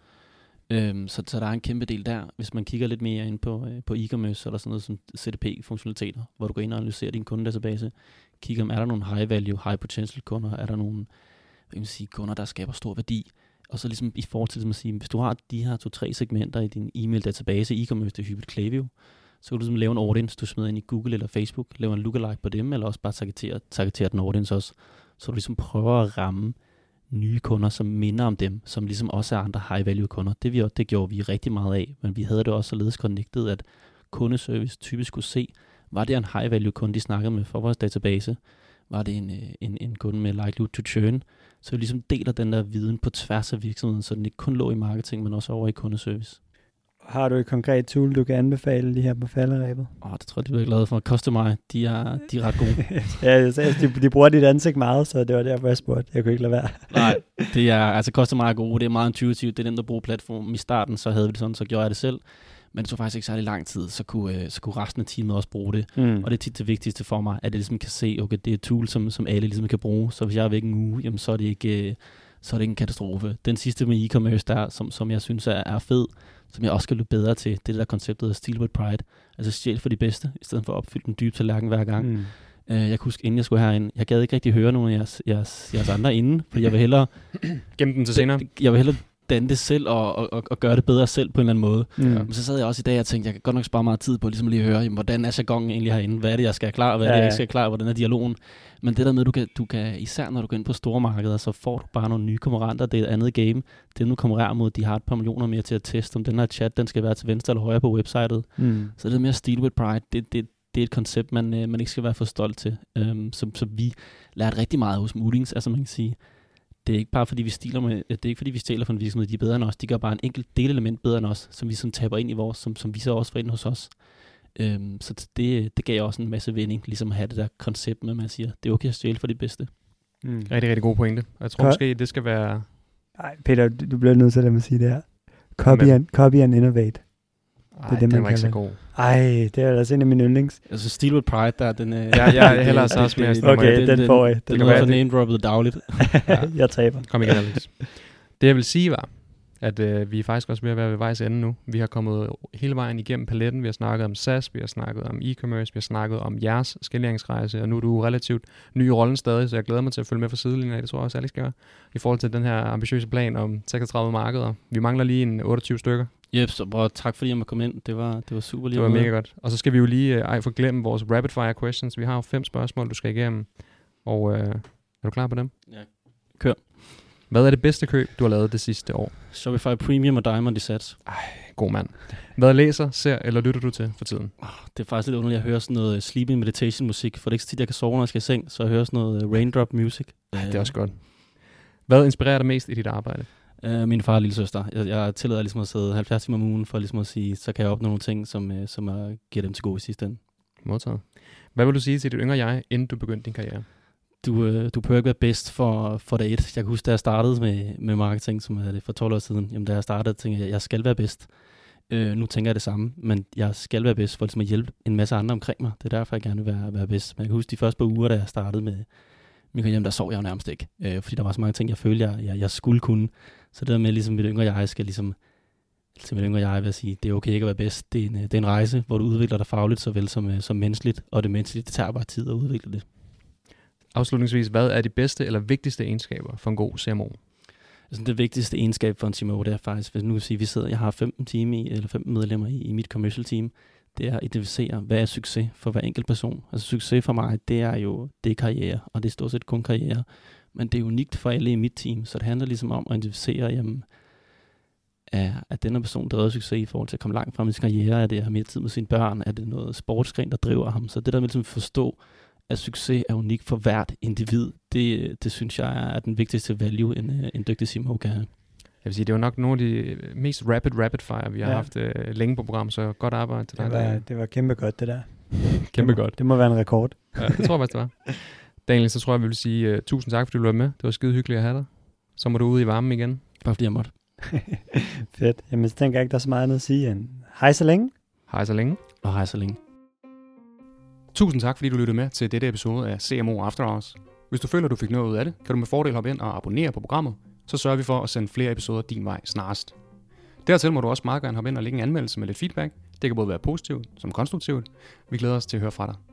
Um, så, så der er en kæmpe del der. Hvis man kigger lidt mere ind på, uh, på e-commerce, eller sådan noget som C D P-funktionaliteter, hvor du går ind og analyserer din kundedatabase, kigger om, er der nogle high value, high potential kunder, er der nogle hvad kan man sige, kunder, der skaber stor værdi. Og så ligesom i forhold til at sige, hvis du har de her to-tre segmenter i din e-mail-database, e-commerce, det er hyppigt Klaviyo, så kan du ligesom lave en audience, du smider ind i Google eller Facebook, lave en lookalike på dem, eller også bare targetere, targetere den audience også. Så du ligesom prøver at ramme nye kunder, som minder om dem, som ligesom også er andre high-value kunder. Det, vi, det gjorde vi rigtig meget af, men vi havde det også således connected, at kundeservice typisk kunne se, var det en high-value kunde, de snakkede med for vores database, var det en, en, en kunde med likelihood to churn, så vi ligesom deler den der viden på tværs af virksomheden, så den ikke kun lå i marketing, men også over i kundeservice. Har du et konkret tool, du kan anbefale lige her på falderæbet? Åh, oh, det tror jeg, de bliver glade for. Customized, de er, de er ret gode. ja, jeg sagde, de, de bruger dit ansigt meget, så det var derfor, jeg spurgte. Jeg kunne ikke lade være. Nej, det er, altså Customized er gode, det er meget intuitivt, det er den, der bruger platformen. I starten, så havde vi det sådan, så gjorde jeg det selv. Men det tog faktisk ikke særlig lang tid, så kunne, så kunne resten af teamet også bruge det. Mm. Og det er tit det vigtigste for mig, at det ligesom kan se, okay, det er et tool, som, som alle ligesom kan bruge. Så hvis jeg er væk en uge, jamen, så er det ikke, så er det ikke en katastrofe. Den sidste med e-commerce der, som, som jeg synes er, er fed, som jeg også skal løbe bedre til, det er det der konceptet af Steal with Pride. Altså stjæl for de bedste, i stedet for at opfylde den dybe tallerken hver gang. Mm. Uh, jeg kan huske, inden jeg skulle herind, jeg gad ikke rigtig høre nogen af jeres, jeres, jeres andre inden, for jeg vil hellere... Gemme den til senere. Jeg vil hellere danne det selv og, og, og gøre det bedre selv på en eller anden måde. Mm. Men så sad jeg også i dag og tænkte, jeg kan godt nok spare meget tid på ligesom lige at høre, jamen, hvordan er jargonen egentlig herinde? Hvad er det, jeg skal klar? Hvad er det, ja, jeg ikke skal klar? Hvordan er dialogen? Men det der med, du kan, du kan, især når du går ind på store markeder, så får du bare nogle nye konkurrenter. Det er et andet game. Det nu konkurrerer mod, de har et par millioner mere til at teste, om den her chat, den skal være til venstre eller højre på websitet. Mm. Så det der med at steal with pride, det, det, det er et koncept, man, man ikke skal være for stolt til. Um, så, så vi lærte rigtig meget hos Moodings, altså man kan sige, det er ikke bare fordi vi stjæler med, det er ikke fordi vi stjæler fra en virksomhed, de er bedre end os. De gør bare en enkelt delelement bedre end os, som vi sådan taber ind i vores, som, som vi så også får ind hos os. Øhm, så det, det gav også en masse vending, ligesom at have det der koncept med, at man siger, det er okay at stjæle for de bedste. Mm. Rigtig, rigtig god pointe. Jeg tror Ko- måske, det skal være... Nej, Peter, du bliver nødt til at mig sige det her. Copy, and, copy and innovate. Ej, det er det, man var ikke så god. Ej, det er altså en af mine yndlings. Altså Steal with Pride, der den... Øh, ja, ja, jeg hælder så også mere. Okay, den, den får jeg. Det er noget, der name-droppet dagligt. Ja. Jeg taber. Kom igen, Alex. Det jeg vil sige var, at øh, vi er faktisk også ved at være ved vejs ende nu. Vi har kommet hele vejen igennem paletten. Vi har snakket om SaaS, vi har snakket om e-commerce, vi har snakket om jeres skaleringsrejse, og nu er du relativt ny i rollen stadig, så jeg glæder mig til at følge med fra sidelinjen af. Det tror jeg også, Alex gør. I forhold til den her ambitiøse plan om seksogtredive markeder. Vi mangler lige en otteogtyve stykker. Yep, så bare tak fordi jeg måtte komme ind. Det var, det var super lige. Det var mega godt. Og så skal vi jo lige øh, ej, forglemme vores rapid fire questions. Vi har jo fem spørgsmål, du skal igennem. Og øh, er du klar på dem? Ja. Kør. Hvad er det bedste køb, du har lavet det sidste år? Shopify Premium og Diamond i Sats. Ej, god mand. Hvad læser, ser eller lytter du til for tiden? Oh, det er faktisk lidt underligt at høre sådan noget sleeping meditation musik, for det er ikke så tit, jeg kan sove, når jeg skal i seng, så jeg hører sådan noget raindrop music. Ej, det er også godt. Hvad inspirerer dig mest i dit arbejde? Uh, min far og lille søster. Jeg, jeg tillader ligesom at sidde halvfjerds timer om ugen, for ligesom at sige, så kan jeg opnå nogle ting, som, uh, som uh, giver dem til gode i sidste ende. Modtaget. Hvad vil du sige til dit yngre jeg, inden du begyndte din karriere? Du, øh, du behøver ikke være bedst for, for dag et. Jeg kan huske, da jeg startede med, med marketing, som er det for tolv år siden, jamen da jeg startede, tænkte jeg, at jeg skal være bedst. Øh, nu tænker jeg det samme, men jeg skal være bedst for ligesom at hjælpe en masse andre omkring mig. Det er derfor, jeg gerne vil være, være bedst. Men jeg kan huske de første par uger, da jeg startede med min karriere, der sov jeg jo nærmest ikke. Øh, fordi der var så mange ting, jeg følte, jeg, jeg, jeg skulle kunne. Så det der med, ligesom mit yngre jeg skal ligesom, til mit yngre jeg vil sige, det er okay ikke at være bedst. Det er en, det er en rejse, hvor du udvikler dig fagligt, såvel som, som menneskeligt. Og det menneskelige, det tager bare tid at udvikle det. Afslutningsvis, hvad er de bedste eller vigtigste egenskaber for en god C M O? Altså, det vigtigste egenskab for en C M O, det er faktisk, hvis nu kan sige, vi sidder, jeg har femten team i, eller femten medlemmer i, i mit commercial team, det er at identificere, hvad er succes for hver enkelt person. Altså succes for mig, det er jo, det er karriere, og det er stort set kun karriere. Men det er unikt for alle i mit team, så det handler ligesom om at identificere, jamen, er, er denne person drevet succes i forhold til at komme langt frem i sin karriere? Er det at have mere tid med sine børn? Er det noget sportsgren, der driver ham? Så det der med ligesom at forstå, at succes er unik for hvert individ, det, det synes jeg er den vigtigste value, en, en dygtig C M O kan have. Jeg vil sige, det var nok nogle af de mest rapid rapid fire, vi har ja. haft uh, længe på programmet, så godt arbejde til dig. Det var, det var kæmpe godt, det der. Kæmpe det må, godt. Det må være en rekord. Ja, det tror jeg faktisk, det var. Daniel, så tror jeg, vi vil sige uh, tusind tak, fordi du var med. Det var skide hyggeligt at have dig. Så må du ud i varmen igen. Bare fordi jeg måtte. Fedt. Jamen, så tænker jeg ikke, der er så meget andet at sige end hej så længe. Hej så længe. Og hej så længe. Tusind tak, fordi du lyttede med til dette episode af C M O After Hours. Hvis du føler, du fik noget ud af det, kan du med fordel hoppe ind og abonnere på programmet, så sørger vi for at sende flere episoder din vej snarest. Dertil må du også meget gerne hoppe ind og lægge en anmeldelse med lidt feedback. Det kan både være positivt som konstruktivt. Vi glæder os til at høre fra dig.